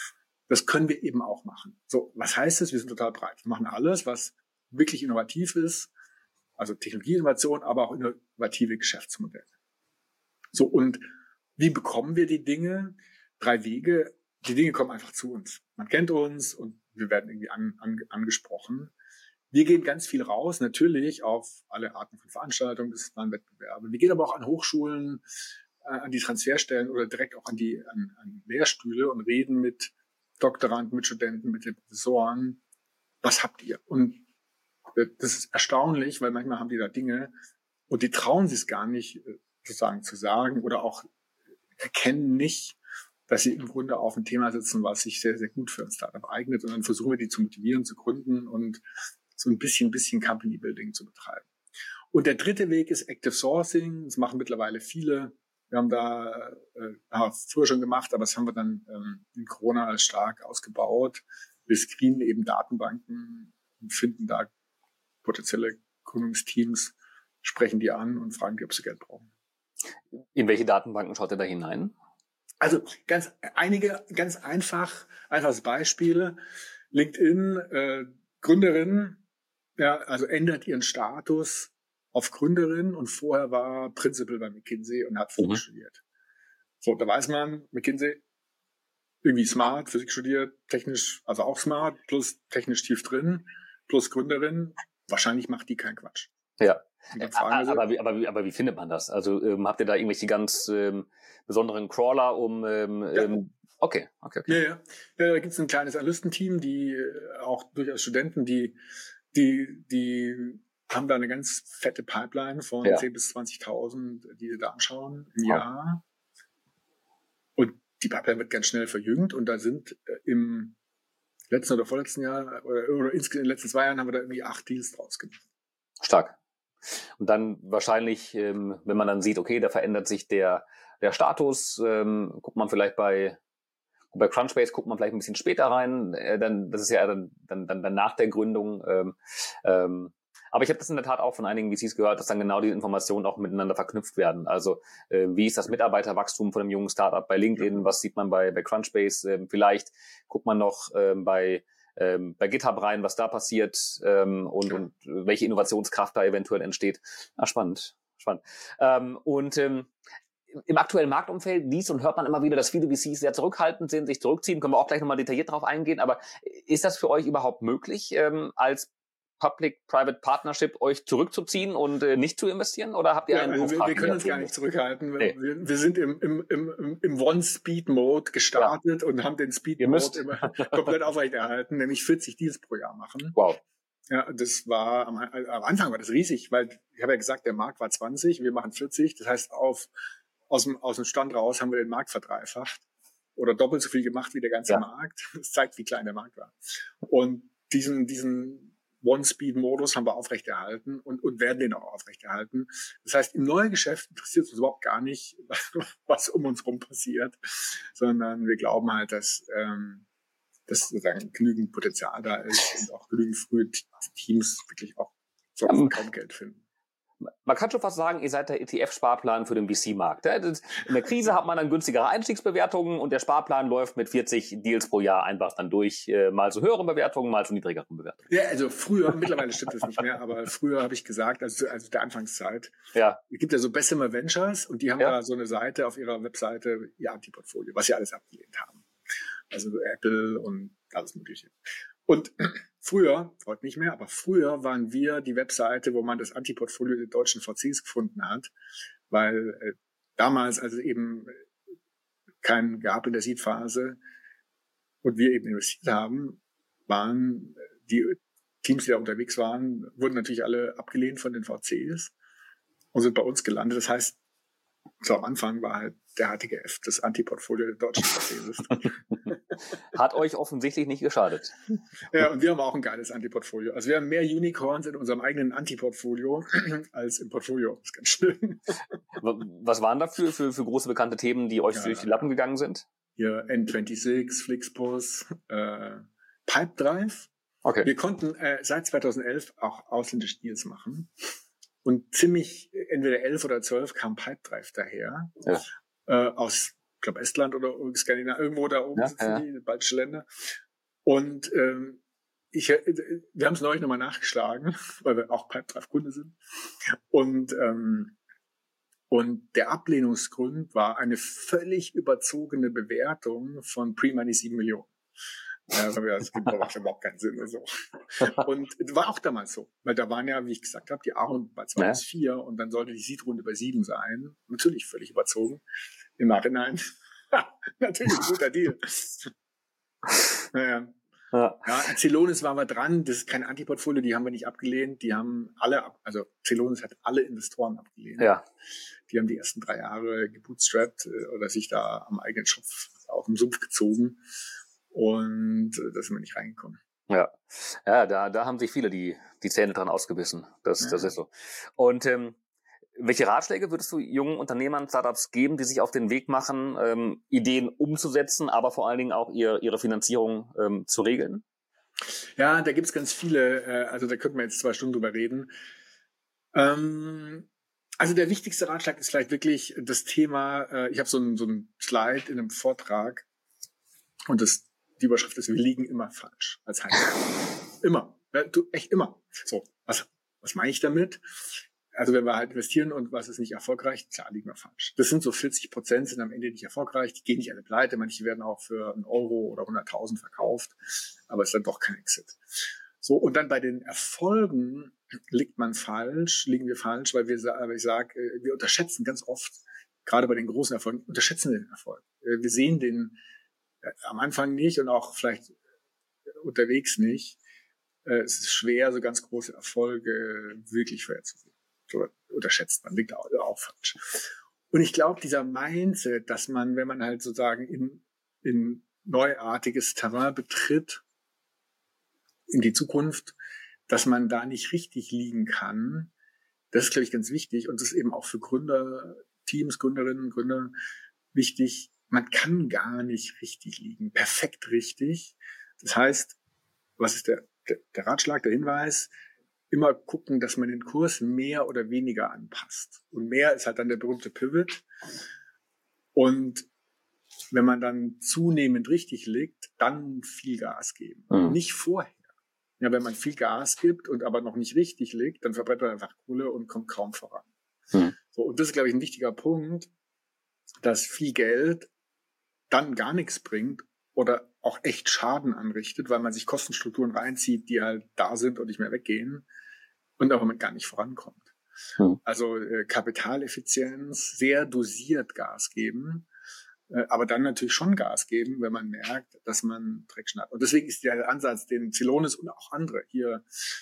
S2: Das können wir eben auch machen. So, was heißt das? Wir sind total breit. Wir machen alles, was wirklich innovativ ist, also Technologieinnovation, aber auch innovative Geschäftsmodelle. So, und wie bekommen wir die Dinge? 3 Wege. Die Dinge kommen einfach zu uns. Man kennt uns und wir werden irgendwie angesprochen. Wir gehen ganz viel raus, natürlich auf alle Arten von Veranstaltungen, das waren Wettbewerbe. Wir gehen aber auch an Hochschulen, an die Transferstellen oder direkt auch an Lehrstühle und reden mit Doktoranden, mit Studenten, mit den Professoren. Was habt ihr? Und das ist erstaunlich, weil manchmal haben die da Dinge und die trauen sich es gar nicht sozusagen zu sagen oder auch erkennen nicht, dass sie im Grunde auf ein Thema sitzen, was sich sehr, sehr gut für ein Startup eignet. Und dann versuchen wir, die zu motivieren, zu gründen und so ein bisschen Company Building zu betreiben. Und der dritte Weg ist Active Sourcing. Das machen mittlerweile viele. Wir haben da früher schon gemacht, aber das haben wir dann in Corona stark ausgebaut. Wir screenen eben Datenbanken und finden da potenzielle Gründungsteams, sprechen die an und fragen die, ob sie Geld brauchen.
S1: In welche Datenbanken schaut ihr da hinein?
S2: Also ganz einfaches Beispiel. LinkedIn, Gründerin, ja, also ändert ihren Status auf Gründerin und vorher war Principal bei McKinsey und hat Physik studiert. So, da weiß man, McKinsey, irgendwie smart, Physik studiert, technisch, also auch smart, plus technisch tief drin, plus Gründerin, wahrscheinlich macht die keinen Quatsch.
S1: Ja. Aber wie findet man das? Also habt ihr da irgendwelche ganz besonderen Crawler Okay.
S2: Ja, da gibt es ein kleines Analystenteam, die auch durchaus Studenten, die haben da eine ganz fette Pipeline von 10.000 bis 20.000, die sie da anschauen im Jahr. Und die Pipeline wird ganz schnell verjüngt und da sind im letzten oder vorletzten Jahr oder insgesamt in den letzten 2 Jahren haben wir da irgendwie 8 Deals draus gemacht.
S1: Stark. Und dann wahrscheinlich, wenn man dann sieht, okay, da verändert sich der Status, guckt man vielleicht bei Crunchbase guckt man vielleicht ein bisschen später rein, dann das ist ja dann nach der Gründung. Aber ich habe das in der Tat auch von einigen VCs gehört, dass dann genau die Informationen auch miteinander verknüpft werden. Also wie ist das Mitarbeiterwachstum von einem jungen Startup bei LinkedIn? Was sieht man bei Crunchbase? Vielleicht guckt man noch bei GitHub rein, was da passiert und welche Innovationskraft da eventuell entsteht. Spannend. Im aktuellen Marktumfeld liest und hört man immer wieder, dass viele VCs sehr zurückhaltend sind, sich zurückziehen. Können wir auch gleich nochmal detailliert drauf eingehen. Aber ist das für euch überhaupt möglich, als Public-Private Partnership euch zurückzuziehen und nicht zu investieren? Oder habt ihr einen
S2: wir können uns gar nicht zurückhalten. Nee. Wir sind im One-Speed-Mode gestartet und haben den Speed-Mode immer komplett aufrechterhalten, nämlich 40 Deals pro Jahr machen.
S1: Wow.
S2: Ja, das war am Anfang war das riesig, weil ich habe ja gesagt, der Markt war 20, wir machen 40. Das heißt, aus dem Stand raus haben wir den Markt verdreifacht oder doppelt so viel gemacht wie der ganze Markt. Das zeigt, wie klein der Markt war. Und diesen One-Speed-Modus haben wir aufrechterhalten und werden den auch aufrechterhalten. Das heißt, im neuen Geschäft interessiert uns überhaupt gar nicht, was um uns rum passiert, sondern wir glauben halt, dass sozusagen genügend Potenzial da ist und auch genügend frühe Teams wirklich auch kaum Geld finden.
S1: Man kann schon fast sagen, ihr seid der ETF-Sparplan für den VC-Markt. In der Krise hat man dann günstigere Einstiegsbewertungen und der Sparplan läuft mit 40 Deals pro Jahr einfach dann durch. Mal zu höheren Bewertungen, mal zu niedrigeren Bewertungen.
S2: Ja, also früher, mittlerweile stimmt das nicht mehr, aber früher habe ich gesagt, also der Anfangszeit, es gibt ja so Bessemer Ventures und die haben da so eine Seite auf ihrer Webseite, ihr Anti-Portfolio, was sie alles abgelehnt haben. Also Apple und alles Mögliche. Und früher, heute nicht mehr, aber früher waren wir die Webseite, wo man das Anti-Portfolio der deutschen VCs gefunden hat, weil damals, als es eben keinen gab in der Seed-Phase und wir eben investiert haben, waren die Teams, die da unterwegs waren, wurden natürlich alle abgelehnt von den VCs und sind bei uns gelandet. Das heißt, so am Anfang war halt der HTGF, das Anti-Portfolio der deutschen VCs.
S1: Hat euch offensichtlich nicht geschadet.
S2: Ja, und wir haben auch ein geiles Anti-Portfolio. Also wir haben mehr Unicorns in unserem eigenen Anti-Portfolio als im Portfolio. Das ist ganz schön.
S1: Was waren da für große bekannte Themen, die euch durch die Lappen gegangen sind?
S2: Hier N26, Flixbus, Pipedrive.
S1: Okay.
S2: Wir konnten seit 2011 auch ausländische Deals machen. Und ziemlich, entweder 11 oder 12 kam Pipedrive daher. Ja. Aus glaube Estland oder Skandinavien, irgendwo da oben sitzen die baltische Länder. Und wir haben es neulich nochmal nachgeschlagen, weil wir auch Pipedrive-Kunde sind. Und der Ablehnungsgrund war eine völlig überzogene Bewertung von Pre-Money 7 Millionen. Ja, das gibt überhaupt keinen Sinn. Und so. Und war auch damals so. Weil da waren ja, wie ich gesagt habe, die A-Runde bei 2 bis 4 und dann sollte die Seed-Runde bei 7 sein. Natürlich völlig überzogen. Im Nachhinein. Natürlich ein guter Deal. Naja. Ja, Celonis waren wir dran. Das ist kein Antiportfolio, die haben wir nicht abgelehnt. Die haben Celonis hat alle Investoren abgelehnt.
S1: Ja.
S2: Die haben die ersten 3 Jahre gebootstrapped oder sich da am eigenen Schopf auf den Sumpf gezogen. Und da sind wir nicht reingekommen.
S1: Ja, da haben sich viele die Zähne dran ausgebissen. Das ist so. Und welche Ratschläge würdest du jungen Unternehmern, Startups geben, die sich auf den Weg machen, Ideen umzusetzen, aber vor allen Dingen auch ihre Finanzierung zu regeln?
S2: Ja, da gibt's ganz viele, also da könnten wir jetzt 2 Stunden drüber reden. Also der wichtigste Ratschlag ist vielleicht wirklich das Thema, ich habe so ein Slide in einem Vortrag und die Überschrift ist, wir liegen immer falsch als Heinz. Immer. Ja, echt immer. So, was meine ich damit? Also wenn wir halt investieren und was ist nicht erfolgreich, klar, liegen wir falsch. Das sind so 40%, sind am Ende nicht erfolgreich, die gehen nicht alle pleite, manche werden auch für €1 oder 100.000 verkauft, aber es ist dann doch kein Exit. So, und dann bei den Erfolgen liegen wir falsch, weil ich sage, wir unterschätzen ganz oft, gerade bei den großen Erfolgen, unterschätzen wir den Erfolg. Wir sehen den am Anfang nicht und auch vielleicht unterwegs nicht. Es ist schwer, so ganz große Erfolge wirklich vorherzusehen. So unterschätzt man, liegt auch falsch. Und ich glaube, dieser Mindset, dass man, wenn man halt sozusagen in neuartiges Terrain betritt, in die Zukunft, dass man da nicht richtig liegen kann, das ist, glaube ich, ganz wichtig. Und das ist eben auch für Gründerteams, Gründerinnen, Gründer wichtig. Man kann gar nicht richtig liegen, perfekt richtig. Das heißt, was ist der Ratschlag, der Hinweis? Immer gucken, dass man den Kurs mehr oder weniger anpasst. Und mehr ist halt dann der berühmte Pivot. Und wenn man dann zunehmend richtig liegt, dann viel Gas geben. Nicht vorher. Ja, wenn man viel Gas gibt und aber noch nicht richtig liegt, dann verbrennt man einfach Kohle und kommt kaum voran. So, und das ist, glaube ich, ein wichtiger Punkt, dass viel Geld dann gar nichts bringt oder auch echt Schaden anrichtet, weil man sich Kostenstrukturen reinzieht, die halt da sind und nicht mehr weggehen und aber man gar nicht vorankommt. Also Kapitaleffizienz, sehr dosiert Gas geben, aber dann natürlich schon Gas geben, wenn man merkt, dass man Traction hat. Und deswegen ist der Ansatz, den Celonis und auch andere hier,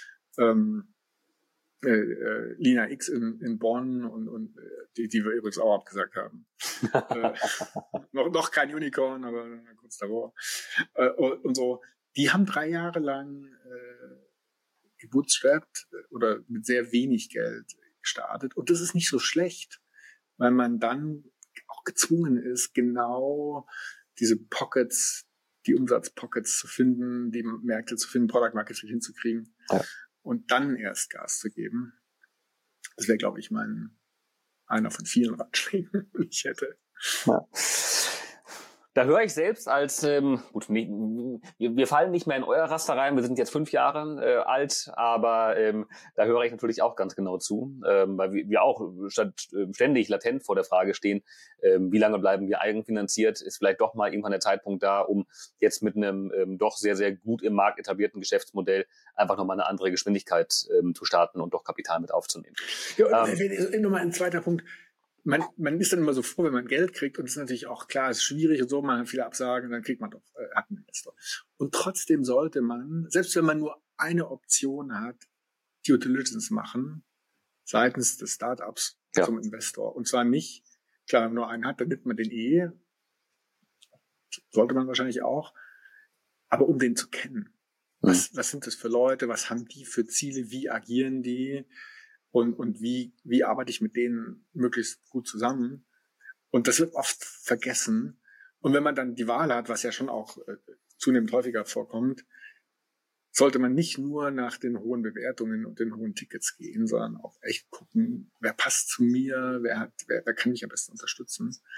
S2: Lina X in Bonn und die wir übrigens auch abgesagt haben. noch kein Unicorn, aber kurz davor. Und so, die haben 3 Jahre lang gebootstrapped oder mit sehr wenig Geld gestartet. Und das ist nicht so schlecht, weil man dann auch gezwungen ist, genau diese Pockets, die Umsatzpockets zu finden, die Märkte zu finden, Product Market Fit hinzukriegen und dann erst Gas zu geben. Das wäre, glaube ich, einer von vielen Ratschlägen, die ich hätte.
S1: Ja. Da höre ich selbst als, wir fallen nicht mehr in euer Raster rein, wir sind jetzt 5 Jahre alt, aber da höre ich natürlich auch ganz genau zu, weil wir auch ständig latent vor der Frage stehen, wie lange bleiben wir eigenfinanziert, ist vielleicht doch mal irgendwann der Zeitpunkt da, um jetzt mit einem doch sehr, sehr gut im Markt etablierten Geschäftsmodell einfach nochmal eine andere Geschwindigkeit zu starten und doch Kapital mit aufzunehmen.
S2: Ja, nochmal ein zweiter Punkt. Man ist dann immer so froh, wenn man Geld kriegt und es ist natürlich auch klar, es ist schwierig und so, man hat viele Absagen, dann kriegt man doch, hat einen Investor. Und trotzdem sollte man, selbst wenn man nur eine Option hat, Due Diligence machen, seitens des Startups zum Investor. Und zwar nicht, klar, wenn man nur einen hat, dann nimmt man den sollte man wahrscheinlich auch, aber um den zu kennen. Was sind das für Leute, was haben die für Ziele, wie agieren die? Und wie arbeite ich mit denen möglichst gut zusammen? Und das wird oft vergessen. Und wenn man dann die Wahl hat, was ja schon auch zunehmend häufiger vorkommt, sollte man nicht nur nach den hohen Bewertungen und den hohen Tickets gehen, sondern auch echt gucken, wer passt zu mir, wer kann mich am besten unterstützen.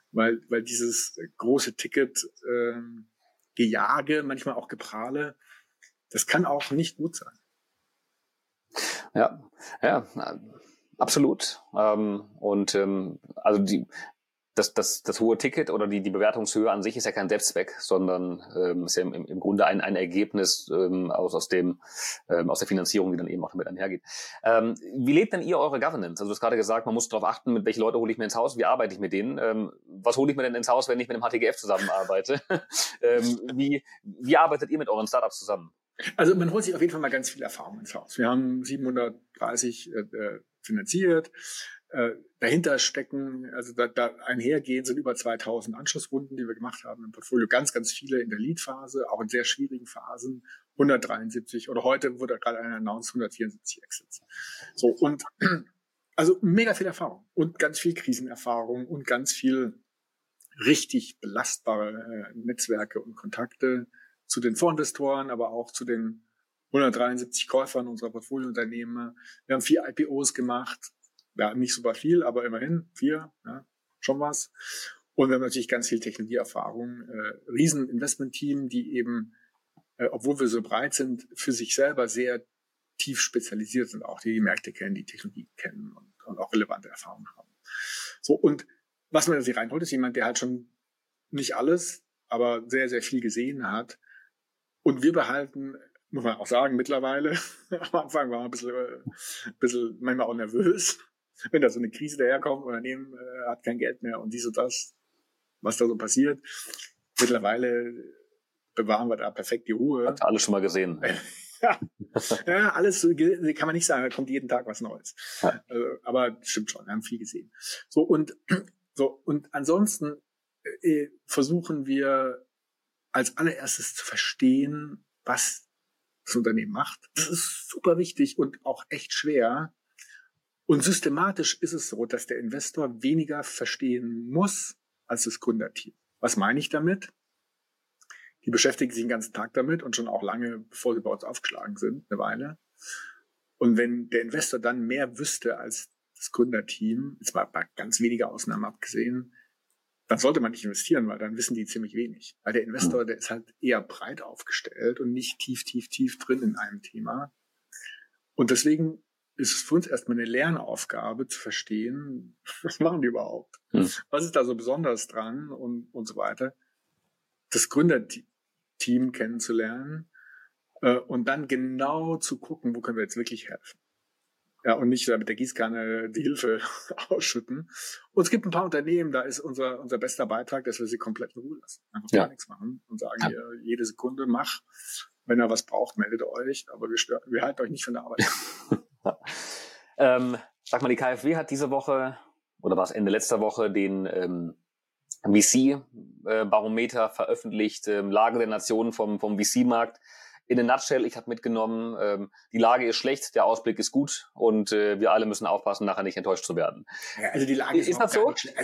S2: weil dieses große Ticket Gejage, manchmal auch Geprahle, das kann auch nicht gut sein.
S1: Ja, absolut. Also das hohe Ticket oder die Bewertungshöhe an sich ist ja kein Selbstzweck, sondern ist ja im Grunde ein Ergebnis aus der Finanzierung, die dann eben auch damit einhergeht. Wie lebt denn ihr eure Governance? Also du hast gerade gesagt, man muss darauf achten, mit welche Leute hole ich mir ins Haus, wie arbeite ich mit denen? Was hole ich mir denn ins Haus, wenn ich mit dem HTGF zusammenarbeite? Wie arbeitet ihr mit euren Startups zusammen?
S2: Also man holt sich auf jeden Fall mal ganz viel Erfahrung ins Haus. Wir haben 730 finanziert. Dahinter stecken, also da einhergehen sind über 2000 Anschlussrunden, die wir gemacht haben im Portfolio. Ganz, ganz viele in der Lead-Phase, auch in sehr schwierigen Phasen. 173 oder heute wurde gerade einer announced, 174 Exits. So, und also mega viel Erfahrung und ganz viel Krisenerfahrung und ganz viel richtig belastbare Netzwerke und Kontakte zu den Vorinvestoren, aber auch zu den 173 Käufern unserer Portfoliounternehmen. Wir haben 4 IPOs gemacht. Ja, nicht super viel, aber immerhin 4, ja, schon was. Und wir haben natürlich ganz viel Technologieerfahrung. Riesen Investment-Team, die eben, obwohl wir so breit sind, für sich selber sehr tief spezialisiert sind, auch die Märkte kennen, die Technologie kennen und auch relevante Erfahrungen haben. So, und was man da sich reinholt, ist jemand, der halt schon nicht alles, aber sehr, sehr viel gesehen hat. Und wir behalten, muss man auch sagen, mittlerweile, am Anfang war man ein bisschen manchmal auch nervös, wenn da so eine Krise daherkommt, Unternehmen hat kein Geld mehr und dies und das, was da so passiert. Mittlerweile bewahren wir da perfekt die Ruhe.
S1: Habt ihr alles schon mal gesehen?
S2: Ja, alles kann man nicht sagen, da kommt jeden Tag was Neues. Ja. Aber stimmt schon, wir haben viel gesehen. Und ansonsten versuchen wir als allererstes zu verstehen, was das Unternehmen macht. Das ist super wichtig und auch echt schwer. Und systematisch ist es so, dass der Investor weniger verstehen muss als das Gründerteam. Was meine ich damit? Die beschäftigen sich den ganzen Tag damit und schon auch lange, bevor sie bei uns aufgeschlagen sind, eine Weile. Und wenn der Investor dann mehr wüsste als das Gründerteam, jetzt mal bei ganz weniger Ausnahmen abgesehen, dann sollte man nicht investieren, weil dann wissen die ziemlich wenig. Weil der Investor, der ist halt eher breit aufgestellt und nicht tief drin in einem Thema. Und deswegen ist es für uns erstmal eine Lernaufgabe zu verstehen, was machen die überhaupt? Was ist da so besonders dran und so weiter. Das Gründerteam kennenzulernen und dann genau zu gucken, wo können wir jetzt wirklich helfen. Ja, und nicht mit der Gießkanne die Hilfe ausschütten. Und es gibt ein paar Unternehmen, da ist unser bester Beitrag, dass wir sie komplett in Ruhe lassen. Einfach gar nichts machen und sagen, hier, jede Sekunde mach. Wenn ihr was braucht, meldet euch. Aber wir halten euch nicht von der Arbeit.
S1: Sag mal, die KfW hat diese Woche, oder war es Ende letzter Woche, den VC-Barometer veröffentlicht, Lage der Nationen vom VC-Markt. In a nutshell, ich habe mitgenommen, die Lage ist schlecht, der Ausblick ist gut und wir alle müssen aufpassen, nachher nicht enttäuscht zu werden.
S2: Ja, also die Lage ist
S1: das so?
S2: Nicht schlecht.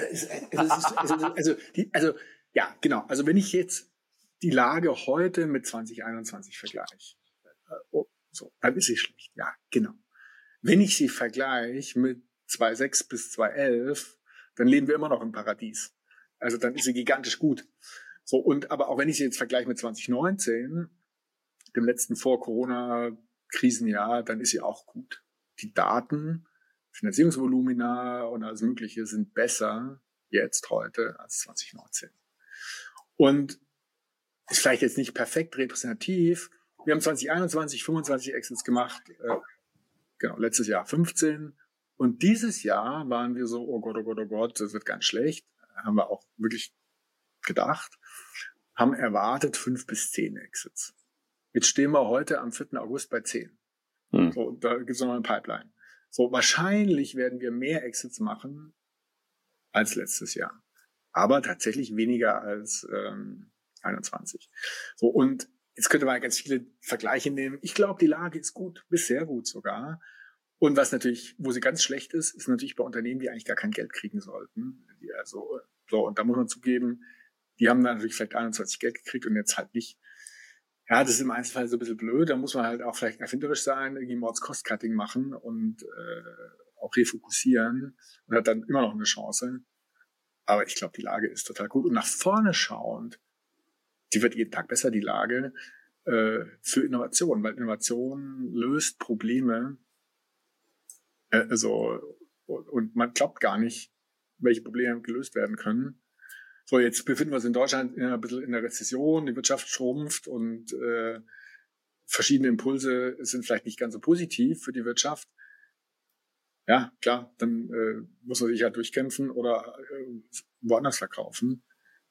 S2: Ja, genau. Also wenn ich jetzt die Lage heute mit 2021 vergleiche, dann ist sie schlecht. Ja, genau. Wenn ich sie vergleiche mit 2006 bis 2011, dann leben wir immer noch im Paradies. Also dann ist sie gigantisch gut. Aber auch wenn ich sie jetzt vergleiche mit 2019, dem letzten Vor-Corona-Krisenjahr, dann ist sie auch gut. Die Daten, Finanzierungsvolumina und alles Mögliche sind besser jetzt heute als 2019. Und ist vielleicht jetzt nicht perfekt repräsentativ. Wir haben 2021 25 Exits gemacht, letztes Jahr 15. Und dieses Jahr waren wir so, oh Gott, das wird ganz schlecht. Haben wir auch wirklich gedacht, haben erwartet 5 bis 10 Exits. Jetzt stehen wir heute am 4. August bei 10. Da gibt es noch eine Pipeline. Wahrscheinlich werden wir mehr Exits machen als letztes Jahr. Aber tatsächlich weniger als 21. Und jetzt könnte man ganz viele Vergleiche nehmen. Ich glaube, die Lage ist gut, bis sehr gut sogar. Und was natürlich, wo sie ganz schlecht ist, ist natürlich bei Unternehmen, die eigentlich gar kein Geld kriegen sollten. Und da muss man zugeben, die haben dann natürlich vielleicht 21 Geld gekriegt und jetzt halt nicht. Ja, das ist im Einzelfall so ein bisschen blöd. Da muss man halt auch vielleicht erfinderisch sein, irgendwie Mords-Cost-Cutting machen und auch refokussieren und hat dann immer noch eine Chance. Aber ich glaube, die Lage ist total gut. Und nach vorne schauend, die wird jeden Tag besser, die Lage, für Innovation, weil Innovation löst Probleme, und man glaubt gar nicht, welche Probleme gelöst werden können. So, jetzt befinden wir uns in Deutschland ein bisschen in der Rezession, die Wirtschaft schrumpft und verschiedene Impulse sind vielleicht nicht ganz so positiv für die Wirtschaft. Ja, klar, dann muss man sich halt durchkämpfen oder woanders verkaufen.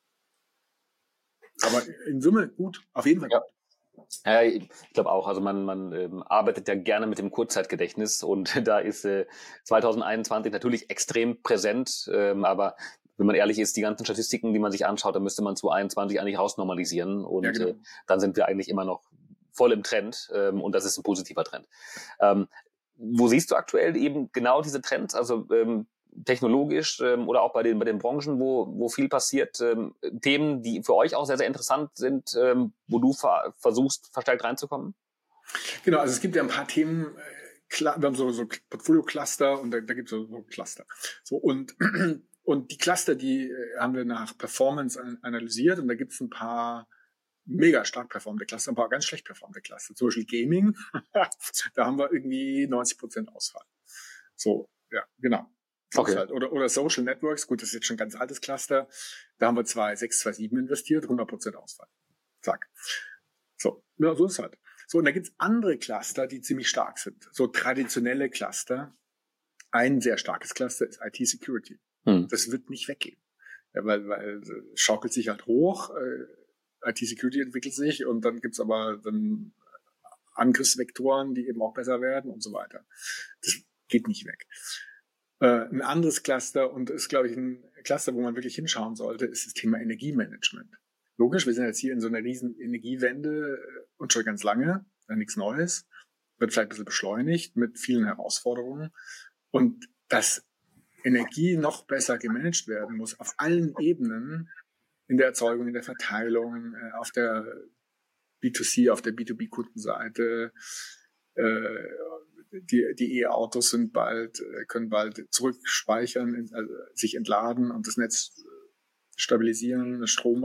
S2: Aber in Summe gut, auf jeden Fall gut.
S1: Ja, ich glaube auch. Also man arbeitet ja gerne mit dem Kurzzeitgedächtnis und da ist 2021 natürlich extrem präsent. Aber wenn man ehrlich ist, die ganzen Statistiken, die man sich anschaut, da müsste man 2021 eigentlich rausnormalisieren und
S2: Ja, genau.
S1: dann sind wir eigentlich immer noch voll im Trend und das ist ein positiver Trend. Wo siehst du aktuell eben genau diese Trends? Also technologisch oder auch bei den Branchen, wo viel passiert, Themen, die für euch auch sehr, sehr interessant sind, wo du versuchst, verstärkt reinzukommen?
S2: Genau, also es gibt ja ein paar Themen, wir haben so Portfolio-Cluster und da gibt es so Cluster. So, und die Cluster, die haben wir nach Performance analysiert und da gibt es ein paar mega stark performende Cluster, ein paar ganz schlecht performende Cluster. Zum Beispiel Gaming, da haben wir irgendwie 90% Ausfall. So, ja, genau.
S1: Okay.
S2: Halt. Oder Social Networks, gut, das ist jetzt schon ein ganz altes Cluster. Da haben wir 2,6, 2,7 investiert, 100% Ausfall. Zack. So, ja, so ist es halt. So, und da gibt's andere Cluster, die ziemlich stark sind. So traditionelle Cluster. Ein sehr starkes Cluster ist IT-Security. Das wird nicht weggehen. Ja, weil es schaukelt sich halt hoch, IT-Security entwickelt sich und dann gibt's aber dann Angriffsvektoren, die eben auch besser werden und so weiter. Das geht nicht weg. Ein anderes Cluster, und ist, glaube ich, ein Cluster, wo man wirklich hinschauen sollte, ist das Thema Energiemanagement. Logisch, wir sind jetzt hier in so einer riesen Energiewende und schon ganz lange, nichts Neues, wird vielleicht ein bisschen beschleunigt mit vielen Herausforderungen. Und dass Energie noch besser gemanagt werden muss, auf allen Ebenen, in der Erzeugung, in der Verteilung, auf der B2C, auf der B2B-Kundenseite, die E-Autos können bald zurückspeichern, also sich entladen und das Netz stabilisieren, Strom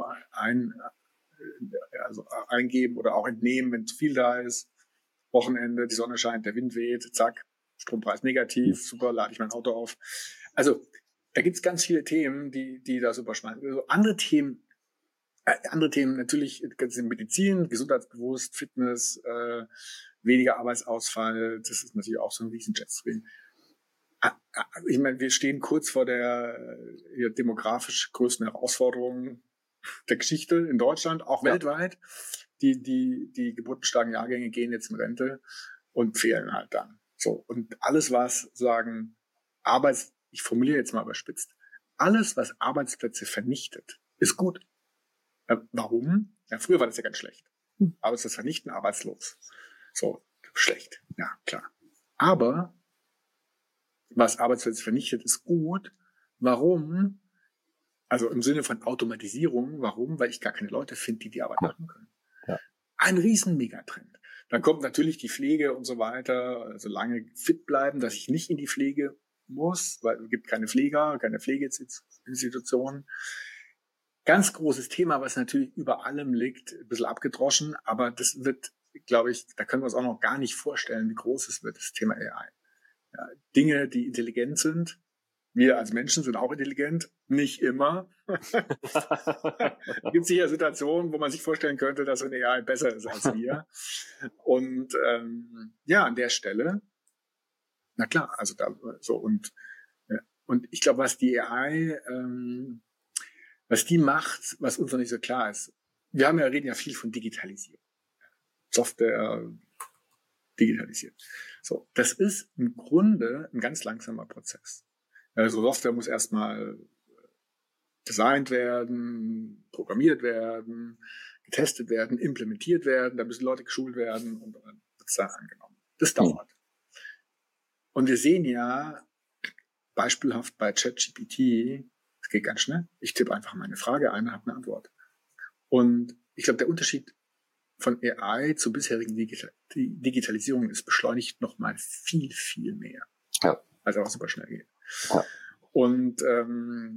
S2: eingeben oder auch entnehmen, wenn zu viel da ist. Wochenende, die Sonne scheint, der Wind weht, zack, Strompreis negativ, super, lade ich mein Auto auf. Also da gibt's ganz viele Themen, die da super spannend sind. Also andere Themen natürlich Medizin, gesundheitsbewusst, Fitness, weniger Arbeitsausfall, das ist natürlich auch so ein riesen Jetstream. Ich meine, wir stehen kurz vor der demografisch größten Herausforderung der Geschichte in Deutschland, auch weltweit. Die geburtenstarken Jahrgänge gehen jetzt in Rente und fehlen halt dann. So. Und alles, was ich formuliere jetzt mal überspitzt, alles, was Arbeitsplätze vernichtet, ist gut. Warum? Ja, früher war das ja ganz schlecht. Arbeitsplätze vernichten, arbeitslos. So, schlecht. Ja, klar. Aber was Arbeitsplätze vernichtet, ist gut. Warum? Also im Sinne von Automatisierung. Warum? Weil ich gar keine Leute finde, die Arbeit machen können.
S1: Ja.
S2: Ein riesen Megatrend. Dann kommt natürlich die Pflege und so weiter. Also lange fit bleiben, dass ich nicht in die Pflege muss, weil es gibt keine Pfleger, keine Pflegeinstitutionen. Ganz großes Thema, was natürlich über allem liegt, ein bisschen abgedroschen, aber das wird, glaube ich, da können wir uns auch noch gar nicht vorstellen, wie groß es wird, das Thema AI. Ja, Dinge, die intelligent sind. Wir als Menschen sind auch intelligent, nicht immer. Es gibt sicher Situationen, wo man sich vorstellen könnte, dass eine AI besser ist als wir. Und an der Stelle, na klar, also da so und ich glaube, was die AI, was die macht, was uns noch nicht so klar ist. Wir reden ja viel von Digitalisierung, Software digitalisiert. So, das ist im Grunde ein ganz langsamer Prozess. Also Software muss erstmal designt werden, programmiert werden, getestet werden, implementiert werden, da müssen Leute geschult werden und dann wird es dann angenommen. Das dauert. Und wir sehen ja beispielhaft bei ChatGPT, es geht ganz schnell. Ich tippe einfach meine Frage ein und habe eine Antwort. Und ich glaube, der Unterschied von AI zur bisherigen Digitalisierung ist beschleunigt noch mal viel, viel mehr. Ja. Weil es auch super schnell geht. Ja. Und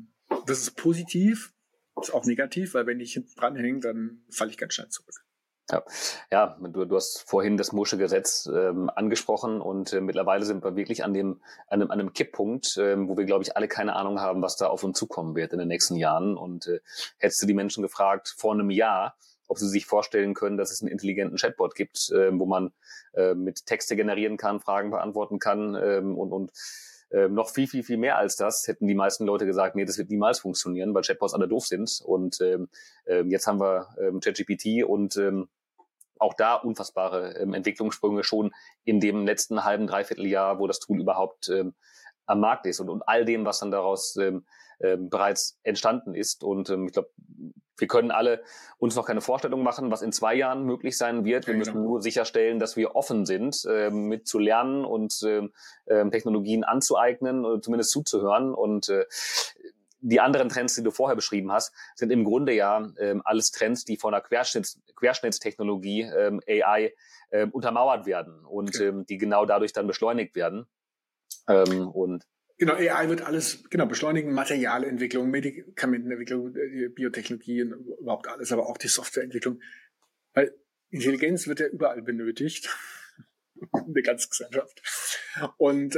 S2: das ist positiv, ist auch negativ, weil wenn ich hinten dranhänge, dann falle ich ganz schnell zurück.
S1: Ja, du hast vorhin das Moore'sche Gesetz angesprochen und mittlerweile sind wir wirklich an einem Kipppunkt, wo wir, glaube ich, alle keine Ahnung haben, was da auf uns zukommen wird in den nächsten Jahren. Und hättest du die Menschen gefragt vor einem Jahr, ob sie sich vorstellen können, dass es einen intelligenten Chatbot gibt, wo man mit Texte generieren kann, Fragen beantworten kann und noch viel, viel, viel mehr als das, hätten die meisten Leute gesagt, nee, das wird niemals funktionieren, weil Chatbots alle doof sind. Und jetzt haben wir ChatGPT und auch da unfassbare Entwicklungssprünge schon in dem letzten halben, dreiviertel Jahr, wo das Tool überhaupt am Markt ist und all dem, was dann daraus bereits entstanden ist. Und ich glaube, wir können alle uns noch keine Vorstellung machen, was in 2 Jahren möglich sein wird. Wir müssen nur sicherstellen, dass wir offen sind, mit zu lernen und Technologien anzueignen oder zumindest zuzuhören. Und die anderen Trends, die du vorher beschrieben hast, sind im Grunde ja alles Trends, die von einer Querschnittstechnologie AI untermauert werden und die genau dadurch dann beschleunigt werden. Und
S2: genau, AI wird alles beschleunigen, Materialentwicklung, Medikamentenentwicklung, Biotechnologie, überhaupt alles, aber auch die Softwareentwicklung. Weil Intelligenz wird ja überall benötigt, in der ganzen Gesellschaft. Und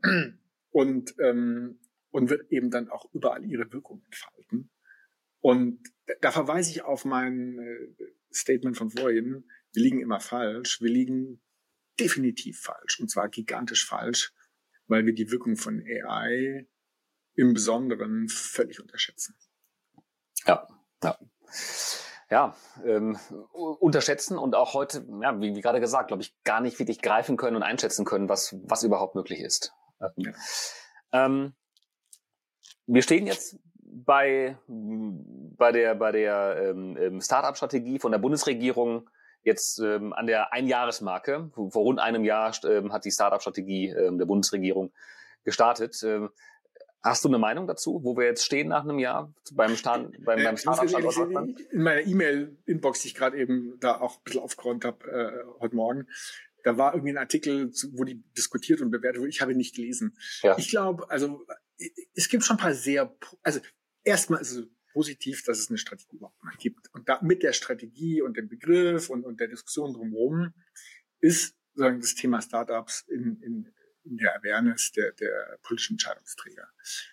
S2: wird eben dann auch überall ihre Wirkung entfalten. Und da verweise ich auf mein Statement von vorhin, wir liegen immer falsch, wir liegen definitiv falsch, und zwar gigantisch falsch, weil wir die Wirkung von AI im Besonderen völlig unterschätzen.
S1: Ja, unterschätzen und auch heute, ja, wie gerade gesagt, glaube ich, gar nicht wirklich greifen können und einschätzen können, was überhaupt möglich ist. Wir stehen jetzt bei der Startup-Strategie von der Bundesregierung jetzt an der Einjahresmarke. Vor rund einem Jahr hat die Startup-Strategie der Bundesregierung gestartet. Hast du eine Meinung dazu, wo wir jetzt stehen nach einem Jahr beim Startup-Standort Deutschland?
S2: In meiner E-Mail-Inbox, die ich gerade eben da auch ein bisschen aufgeräumt habe heute Morgen, da war irgendwie ein Artikel, wo die diskutiert und bewertet wurde. Ich habe ihn nicht gelesen. Ja. Ich glaube, also es gibt schon ein paar erstmal ist es positiv, dass es eine Strategie überhaupt mal gibt. Und da mit der Strategie und dem Begriff und der Diskussion drumherum ist sozusagen das Thema Startups in der Awareness der politischen Entscheidungsträger.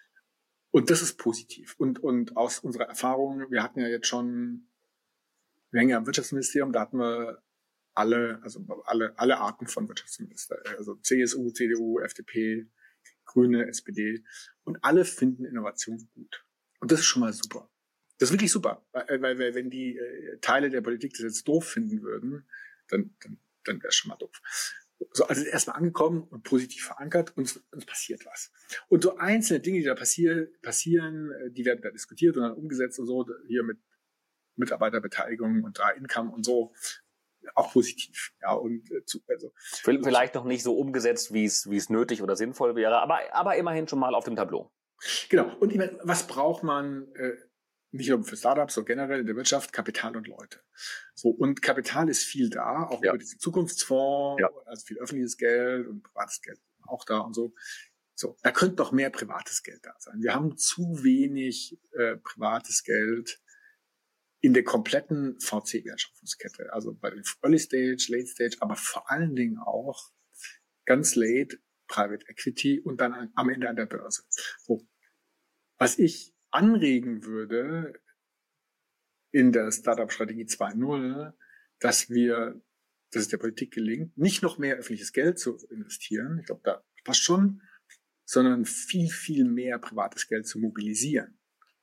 S2: Und das ist positiv. Und aus unserer Erfahrung, wir hatten ja jetzt schon länger im Wirtschaftsministerium, da hatten wir alle Arten von Wirtschaftsminister, also CSU, CDU, FDP, Grüne, SPD, und alle finden Innovation gut. Und das ist schon mal super. Das ist wirklich super, weil wenn die Teile der Politik das jetzt doof finden würden, dann wäre es schon mal doof. So, also erstmal angekommen und positiv verankert, und uns passiert was. Und so einzelne Dinge, die da passieren, die werden da diskutiert und dann umgesetzt und so, hier mit Mitarbeiterbeteiligung und 3 Income und so, auch positiv. Ja, und
S1: vielleicht noch nicht so umgesetzt, wie es nötig oder sinnvoll wäre, aber immerhin schon mal auf dem Tableau.
S2: Genau. Und ich meine, was braucht man nicht nur für Startups, sondern generell in der Wirtschaft? Kapital und Leute. So, und Kapital ist viel da, auch über diesen Zukunftsfonds, also viel öffentliches Geld und privates Geld auch da und so. So, da könnte doch mehr privates Geld da sein. Wir haben zu wenig privates Geld in der kompletten VC-Wertschöpfungskette, also bei den Early Stage, Late Stage, aber vor allen Dingen auch ganz late Private Equity und dann am Ende an der Börse. So. Was ich anregen würde in der Startup-Strategie 2.0, dass es der Politik gelingt, nicht noch mehr öffentliches Geld zu investieren, ich glaube, da passt schon, sondern viel, viel mehr privates Geld zu mobilisieren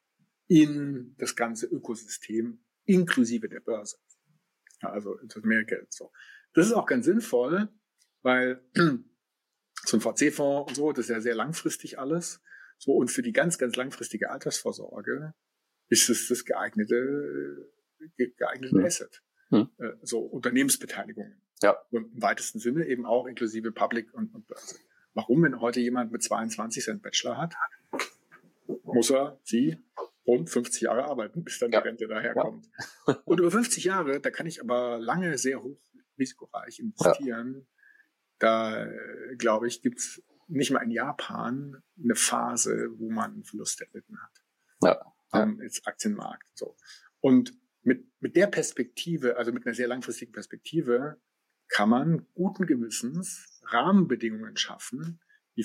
S2: in das ganze Ökosystem, inklusive der Börse. Ja, also mehr Geld. So. Das ist auch ganz sinnvoll, weil so ein VC-Fonds und so, das ist ja sehr langfristig alles. So, und für die ganz, ganz langfristige Altersvorsorge ist es das geeignete Asset. So Unternehmensbeteiligungen.
S1: Ja.
S2: Und im weitesten Sinne eben auch inklusive Public und Börse. Warum, wenn heute jemand mit 22 seinen Bachelor hat, muss sie rund 50 Jahre arbeiten, bis dann die Rente daherkommt. Und über 50 Jahre, da kann ich aber lange sehr hoch risikoreich investieren. Da, glaube ich, gibt's nicht mal in Japan eine Phase, wo man einen Verlust erlitten hat. Jetzt Aktienmarkt. So. Und mit der Perspektive, also mit einer sehr langfristigen Perspektive, kann man guten Gewissens Rahmenbedingungen schaffen, die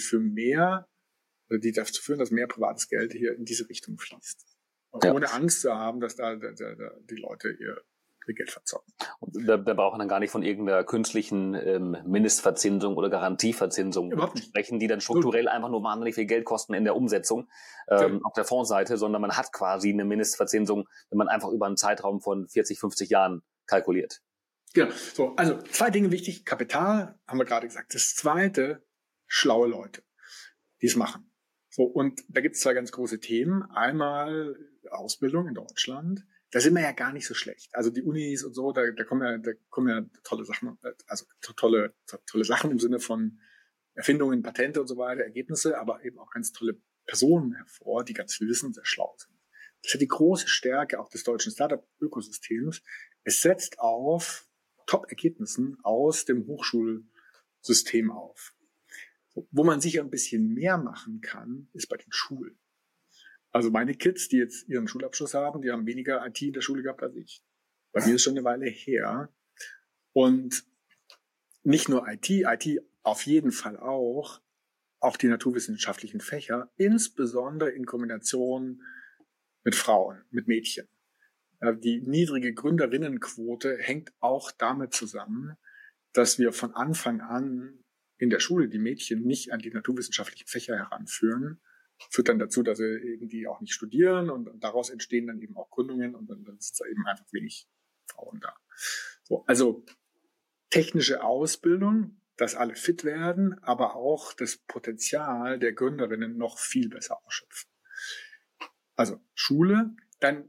S2: die dazu führen, dass mehr privates Geld hier in diese Richtung fließt. Ohne Angst zu haben, dass da die Leute ihr Geld verzocken.
S1: Und da braucht man dann gar nicht von irgendeiner künstlichen Mindestverzinsung oder Garantieverzinsung sprechen, die dann strukturell einfach nur wahnsinnig viel Geld kosten in der Umsetzung auf der Fondsseite, sondern man hat quasi eine Mindestverzinsung, wenn man einfach über einen Zeitraum von 40, 50 Jahren kalkuliert.
S2: Genau. So, also 2 Dinge wichtig. Kapital, haben wir gerade gesagt. Das zweite, schlaue Leute, die es machen. So, und da gibt es 2 ganz große Themen. Einmal Ausbildung in Deutschland. Da sind wir ja gar nicht so schlecht. Also die Unis und so, da kommen ja tolle Sachen, also tolle Sachen im Sinne von Erfindungen, Patente und so weiter, Ergebnisse, aber eben auch ganz tolle Personen hervor, die ganz viel wissen und sehr schlau sind. Das ist ja die große Stärke auch des deutschen Startup-Ökosystems. Es setzt auf Top-Ergebnissen aus dem Hochschulsystem auf. Wo man sicher ein bisschen mehr machen kann, ist bei den Schulen. Also meine Kids, die jetzt ihren Schulabschluss haben, die haben weniger IT in der Schule gehabt als ich. Bei mir ist schon eine Weile her. Und nicht nur IT auf jeden Fall auch die naturwissenschaftlichen Fächer, insbesondere in Kombination mit Frauen, mit Mädchen. Die niedrige Gründerinnenquote hängt auch damit zusammen, dass wir von Anfang an in der Schule die Mädchen nicht an die naturwissenschaftlichen Fächer heranführen, führt dann dazu, dass sie irgendwie auch nicht studieren und daraus entstehen dann eben auch Gründungen und dann ist da eben einfach wenig Frauen da. So, also technische Ausbildung, dass alle fit werden, aber auch das Potenzial der Gründerinnen noch viel besser ausschöpfen. Also Schule, dann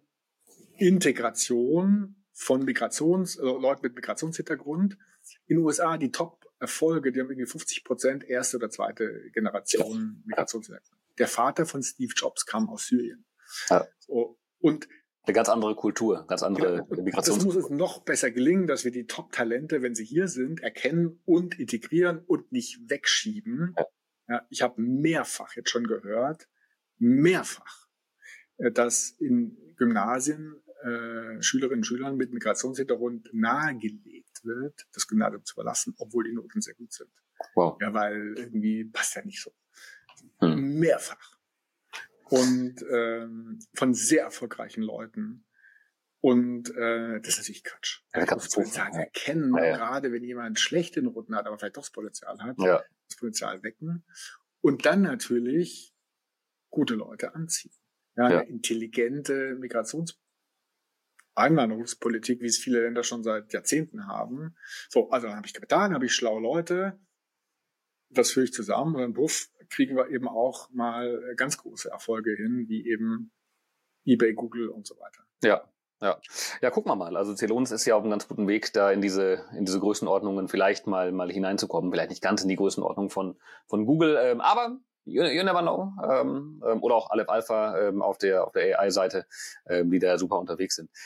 S2: Integration von Leuten mit Migrationshintergrund. In den USA die Top-Erfolge, die haben irgendwie 50% erste oder zweite Generation Migrationshintergrund. Der Vater von Steve Jobs kam aus Syrien.
S1: Ja.
S2: So, und
S1: eine ganz andere Kultur, ganz andere Migrationskultur.
S2: Das muss es noch besser gelingen, dass wir die Top-Talente, wenn sie hier sind, erkennen und integrieren und nicht wegschieben. Ja, ich habe mehrfach jetzt schon gehört, dass in Gymnasien Schülerinnen und Schülern mit Migrationshintergrund nahegelegt wird, das Gymnasium zu verlassen, obwohl die Noten sehr gut sind.
S1: Wow.
S2: Ja, weil irgendwie passt ja nicht so. Mehrfach. Und von sehr erfolgreichen Leuten. Und das ist natürlich Quatsch.
S1: Ja,
S2: das Potenzial erkennen, gerade wenn jemand schlechte Noten hat, aber vielleicht doch das Potenzial hat, das Potenzial wecken. Und dann natürlich gute Leute anziehen. Ja, eine intelligente Einwanderungspolitik, wie es viele Länder schon seit Jahrzehnten haben. So, also dann habe ich Kapital, dann habe ich schlaue Leute. Das führe ich zusammen und dann kriegen wir eben auch mal ganz große Erfolge hin, wie eben eBay, Google und so weiter.
S1: Ja, gucken wir mal. Also Celonis ist ja auf einem ganz guten Weg, da in diese Größenordnungen vielleicht mal hineinzukommen. Vielleicht nicht ganz in die Größenordnung von Google, aber you never know. Oder auch Aleph Alpha auf der AI-Seite, die da super unterwegs sind.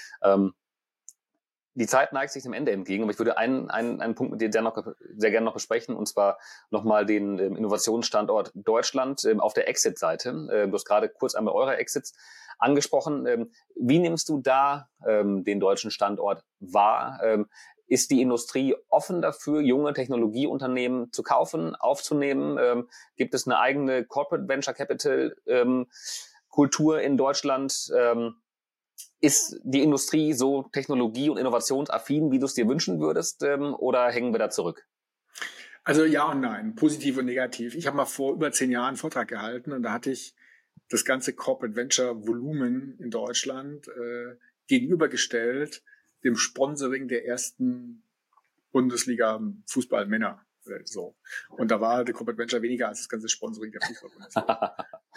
S1: Die Zeit neigt sich dem Ende entgegen, aber ich würde einen Punkt mit dir sehr gerne noch besprechen, und zwar nochmal den Innovationsstandort Deutschland auf der Exit-Seite. Du hast gerade kurz einmal eure Exits angesprochen. Wie nimmst du da den deutschen Standort wahr? Ist die Industrie offen dafür, junge Technologieunternehmen zu kaufen, aufzunehmen? Gibt es eine eigene Corporate Venture Capital Kultur in Deutschland? Ist die Industrie so technologie- und innovationsaffin, wie du es dir wünschen würdest, oder hängen wir da zurück?
S2: Also ja und nein, positiv und negativ. Ich habe mal vor über 10 Jahren einen Vortrag gehalten und da hatte ich das ganze Corporate Venture Volumen in Deutschland gegenübergestellt dem Sponsoring der ersten Bundesliga Fußballmänner. So. Und da war der Corporate Venture weniger als das ganze Sponsoring der Fußball-Bundesliga.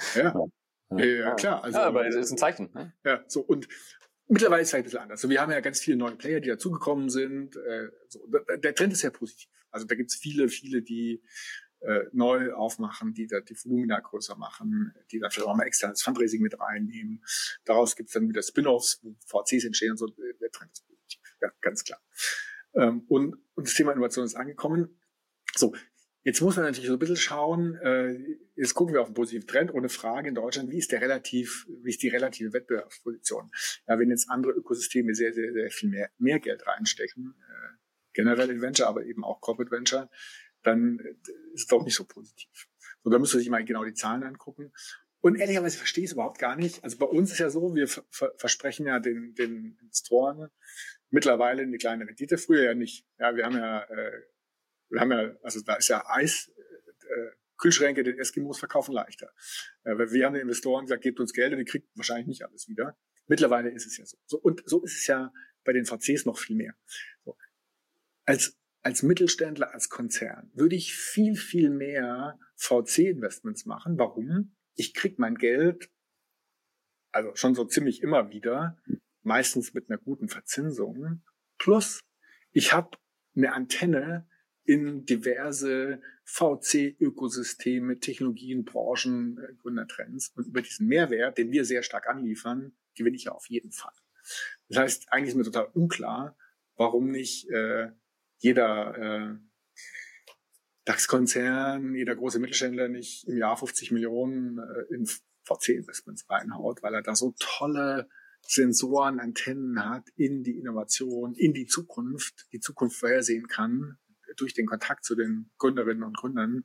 S2: Ja, klar. Also,
S1: aber es ist ein Zeichen. Ne?
S2: Ja, so. Und mittlerweile ist es vielleicht ein bisschen anders. So, wir haben ja ganz viele neue Player, die dazugekommen sind. So. Der Trend ist sehr positiv. Also da gibt es viele, die neu aufmachen, die da die Volumina größer machen, die da vielleicht auch mal externes Fundraising mit reinnehmen. Daraus gibt es dann wieder Spin-offs, wo VCs entstehen und so. Der Trend ist positiv. Ja, ganz klar. Und das Thema Innovation ist angekommen. So, Jetzt muss man natürlich so ein bisschen schauen, jetzt gucken wir auf einen positiven Trend, ohne Frage in Deutschland, wie ist die relative Wettbewerbsposition? Ja, wenn jetzt andere Ökosysteme sehr, sehr, sehr viel mehr Geld reinstecken, generell in Venture, aber eben auch Corporate Venture, dann ist es doch nicht so positiv. So, da müsste man sich mal genau die Zahlen angucken. Und ehrlicherweise verstehe ich es überhaupt gar nicht. Also bei uns ist ja so, wir versprechen ja den Investoren mittlerweile eine kleine Rendite, früher ja nicht. Ja, wir haben ja, also da ist ja Kühlschränke den Eskimos verkaufen leichter. Weil wir haben den Investoren gesagt, gebt uns Geld und ihr kriegt wahrscheinlich nicht alles wieder. Mittlerweile ist es ja so. Und so ist es ja bei den VCs noch viel mehr. So. Als Mittelständler, als Konzern würde ich viel, viel mehr VC-Investments machen. Warum? Ich krieg mein Geld, also schon so ziemlich immer wieder, meistens mit einer guten Verzinsung. Plus, ich habe eine Antenne in diverse VC-Ökosysteme, Technologien, Branchen, Gründertrends. Und über diesen Mehrwert, den wir sehr stark anliefern, gewinne ich ja auf jeden Fall. Das heißt, eigentlich ist mir total unklar, warum nicht jeder DAX-Konzern, jeder große Mittelständler nicht im Jahr 50 Millionen in VC-Investments reinhaut, weil er da so tolle Sensoren, Antennen hat in die Innovation, in die Zukunft vorhersehen kann, durch den Kontakt zu den Gründerinnen und Gründern.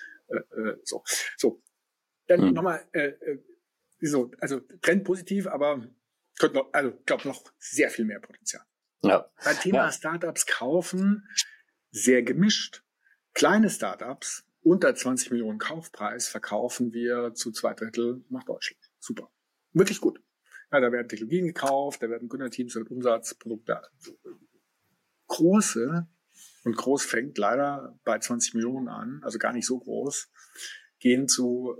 S2: So. Dann nochmal, also Trend positiv, aber könnte noch, also ich glaube noch sehr viel mehr Potenzial.
S1: Ja.
S2: Beim Thema Startups kaufen, sehr gemischt. Kleine Startups unter 20 Millionen Kaufpreis verkaufen wir zu 2/3 nach Deutschland. Super. Wirklich gut. Ja, da werden Technologien gekauft, da werden Gründerteams und Umsatzprodukte. Große, und groß fängt leider bei 20 Millionen an, also gar nicht so groß, gehen zu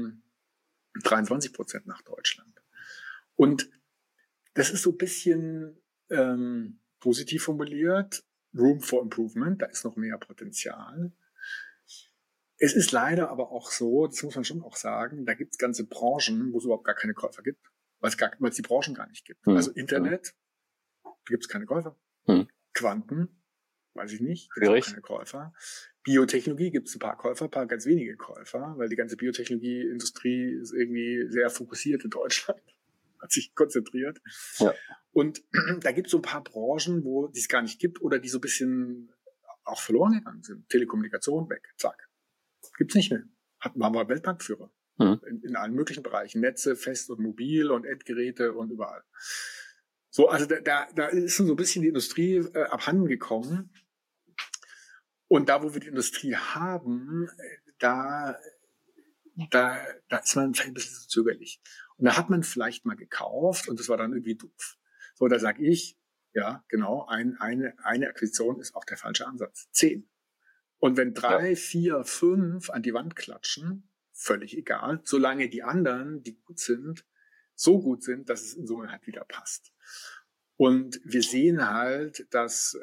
S2: 23% nach Deutschland. Und das ist so ein bisschen positiv formuliert, Room for Improvement, da ist noch mehr Potenzial. Es ist leider aber auch so, das muss man schon auch sagen, da gibt es ganze Branchen, wo es überhaupt gar keine Käufer gibt, weil es die Branchen gar nicht gibt. Also Internet, da gibt es keine Käufer. Quanten, weiß ich nicht, da gibt es keine Käufer. Biotechnologie gibt es ein paar Käufer, ein paar ganz wenige Käufer, weil die ganze Biotechnologieindustrie ist irgendwie sehr fokussiert in Deutschland, hat sich konzentriert. Ja. Und da gibt es so ein paar Branchen, wo die es gar nicht gibt oder die so ein bisschen auch verloren gegangen sind. Telekommunikation weg, zack. Gibt's nicht mehr. Waren wir Weltmarktführer. In allen möglichen Bereichen. Netze, fest und mobil und Endgeräte und überall. So, also da ist so ein bisschen die Industrie abhanden gekommen. Und da, wo wir die Industrie haben, da ist man vielleicht ein bisschen so zögerlich. Und da hat man vielleicht mal gekauft und das war dann irgendwie doof. So, da sage ich, ja, genau, eine Akquisition ist auch der falsche Ansatz. 10. Und wenn 3, 4, 5 an die Wand klatschen, völlig egal, solange die anderen, die gut sind, so gut sind, dass es in Summe halt wieder passt. Und wir sehen halt, dass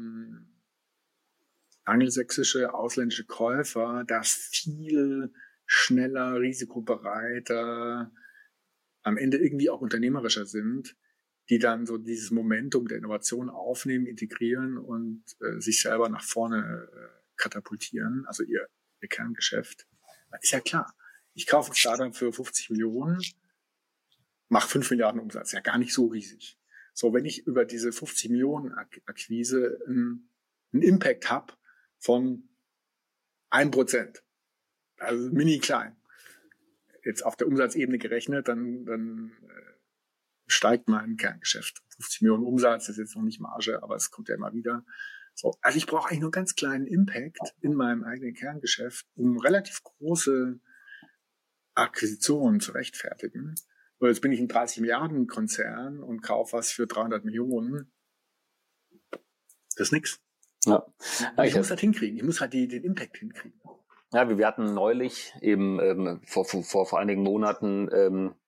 S2: angelsächsische, ausländische Käufer da viel schneller, risikobereiter, am Ende irgendwie auch unternehmerischer sind, die dann so dieses Momentum der Innovation aufnehmen, integrieren und sich selber nach vorne katapultieren, also ihr Kerngeschäft. Das ist ja klar. Ich kaufe ein Startup für 50 Millionen, mache 5 Milliarden Umsatz, ja gar nicht so riesig. So, wenn ich über diese 50 Millionen Akquise einen Impact habe von 1%, also mini klein, jetzt auf der Umsatzebene gerechnet, dann steigt mein Kerngeschäft. 50 Millionen Umsatz, das ist jetzt noch nicht Marge, aber es kommt ja immer wieder. So, also ich brauche eigentlich nur einen ganz kleinen Impact in meinem eigenen Kerngeschäft, um relativ große Akquisitionen zu rechtfertigen. So, jetzt bin ich ein 30 Milliarden Konzern und kaufe was für 300 Millionen. Das ist nix. Ja. Ich muss das hinkriegen. Ich muss halt den Impact hinkriegen.
S1: Ja, wir hatten neulich eben vor einigen Monaten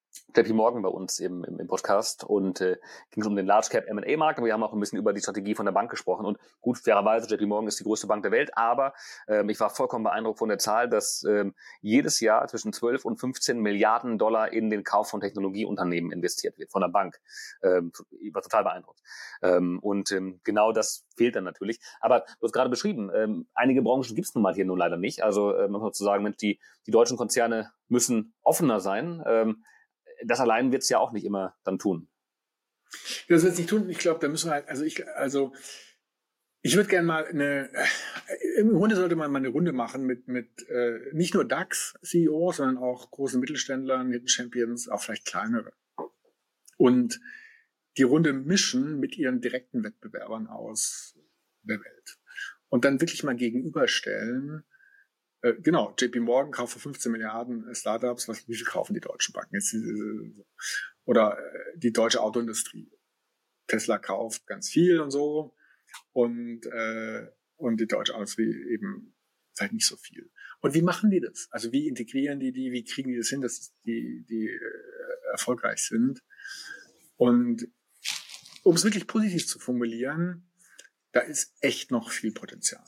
S1: JP Morgan bei uns im Podcast und ging es um den Large Cap M&A-Markt, aber wir haben auch ein bisschen über die Strategie von der Bank gesprochen und gut, fairerweise, JP Morgan ist die größte Bank der Welt, aber ich war vollkommen beeindruckt von der Zahl, dass jedes Jahr zwischen 12 und 15 Milliarden Dollar in den Kauf von Technologieunternehmen investiert wird, von der Bank. Ich war total beeindruckt. Genau das fehlt dann natürlich. Aber du hast gerade beschrieben, einige Branchen gibt es nun mal hier nur leider nicht. Also man muss sagen, Mensch, die deutschen Konzerne müssen offener sein. Das allein wird es ja auch nicht immer dann tun.
S2: Das wird es nicht tun. Ich glaube, da müssen wir halt, ich würde gerne mal im Grunde sollte man mal eine Runde machen mit nicht nur DAX-CEOs, sondern auch großen Mittelständlern, Hidden Champions, auch vielleicht kleinere. Und die Runde mischen mit ihren direkten Wettbewerbern aus der Welt. Und dann wirklich mal gegenüberstellen. Genau, JP Morgan kauft für 15 Milliarden Startups. Wie viel kaufen die deutschen Banken? Oder die deutsche Autoindustrie. Tesla kauft ganz viel und so. Und die deutsche Autoindustrie eben vielleicht nicht so viel. Und wie machen die das? Also wie integrieren die, wie kriegen die das hin, dass die erfolgreich sind? Und um es wirklich positiv zu formulieren, da ist echt noch viel Potenzial.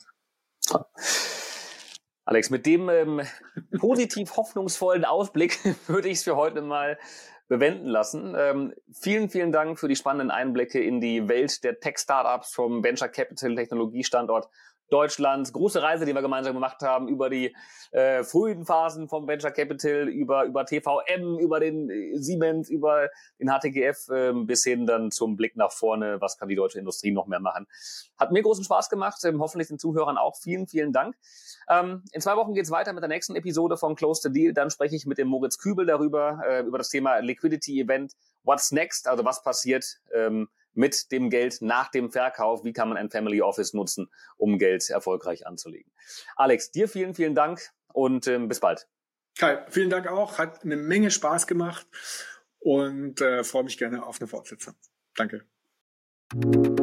S1: Alex, mit dem positiv hoffnungsvollen Ausblick würde ich es für heute mal bewenden lassen. Vielen, vielen Dank für die spannenden Einblicke in die Welt der Tech-Startups vom Venture Capital Technologiestandort Deutschlands. Große Reise, die wir gemeinsam gemacht haben, über die frühen Phasen vom Venture Capital, über TVM, über den Siemens, über den HTGF, bis hin dann zum Blick nach vorne, was kann die deutsche Industrie noch mehr machen. Hat mir großen Spaß gemacht, hoffentlich den Zuhörern auch. Vielen, vielen Dank. In 2 Wochen geht's weiter mit der nächsten Episode von Close the Deal. Dann spreche ich mit dem Moritz Kübel darüber, über das Thema Liquidity Event. What's next? Also was passiert mit dem Geld nach dem Verkauf? Wie kann man ein Family Office nutzen, um Geld erfolgreich anzulegen? Alex, dir vielen, vielen Dank und bis bald.
S2: Kai, vielen Dank auch. Hat eine Menge Spaß gemacht und freue mich gerne auf eine Fortsetzung. Danke.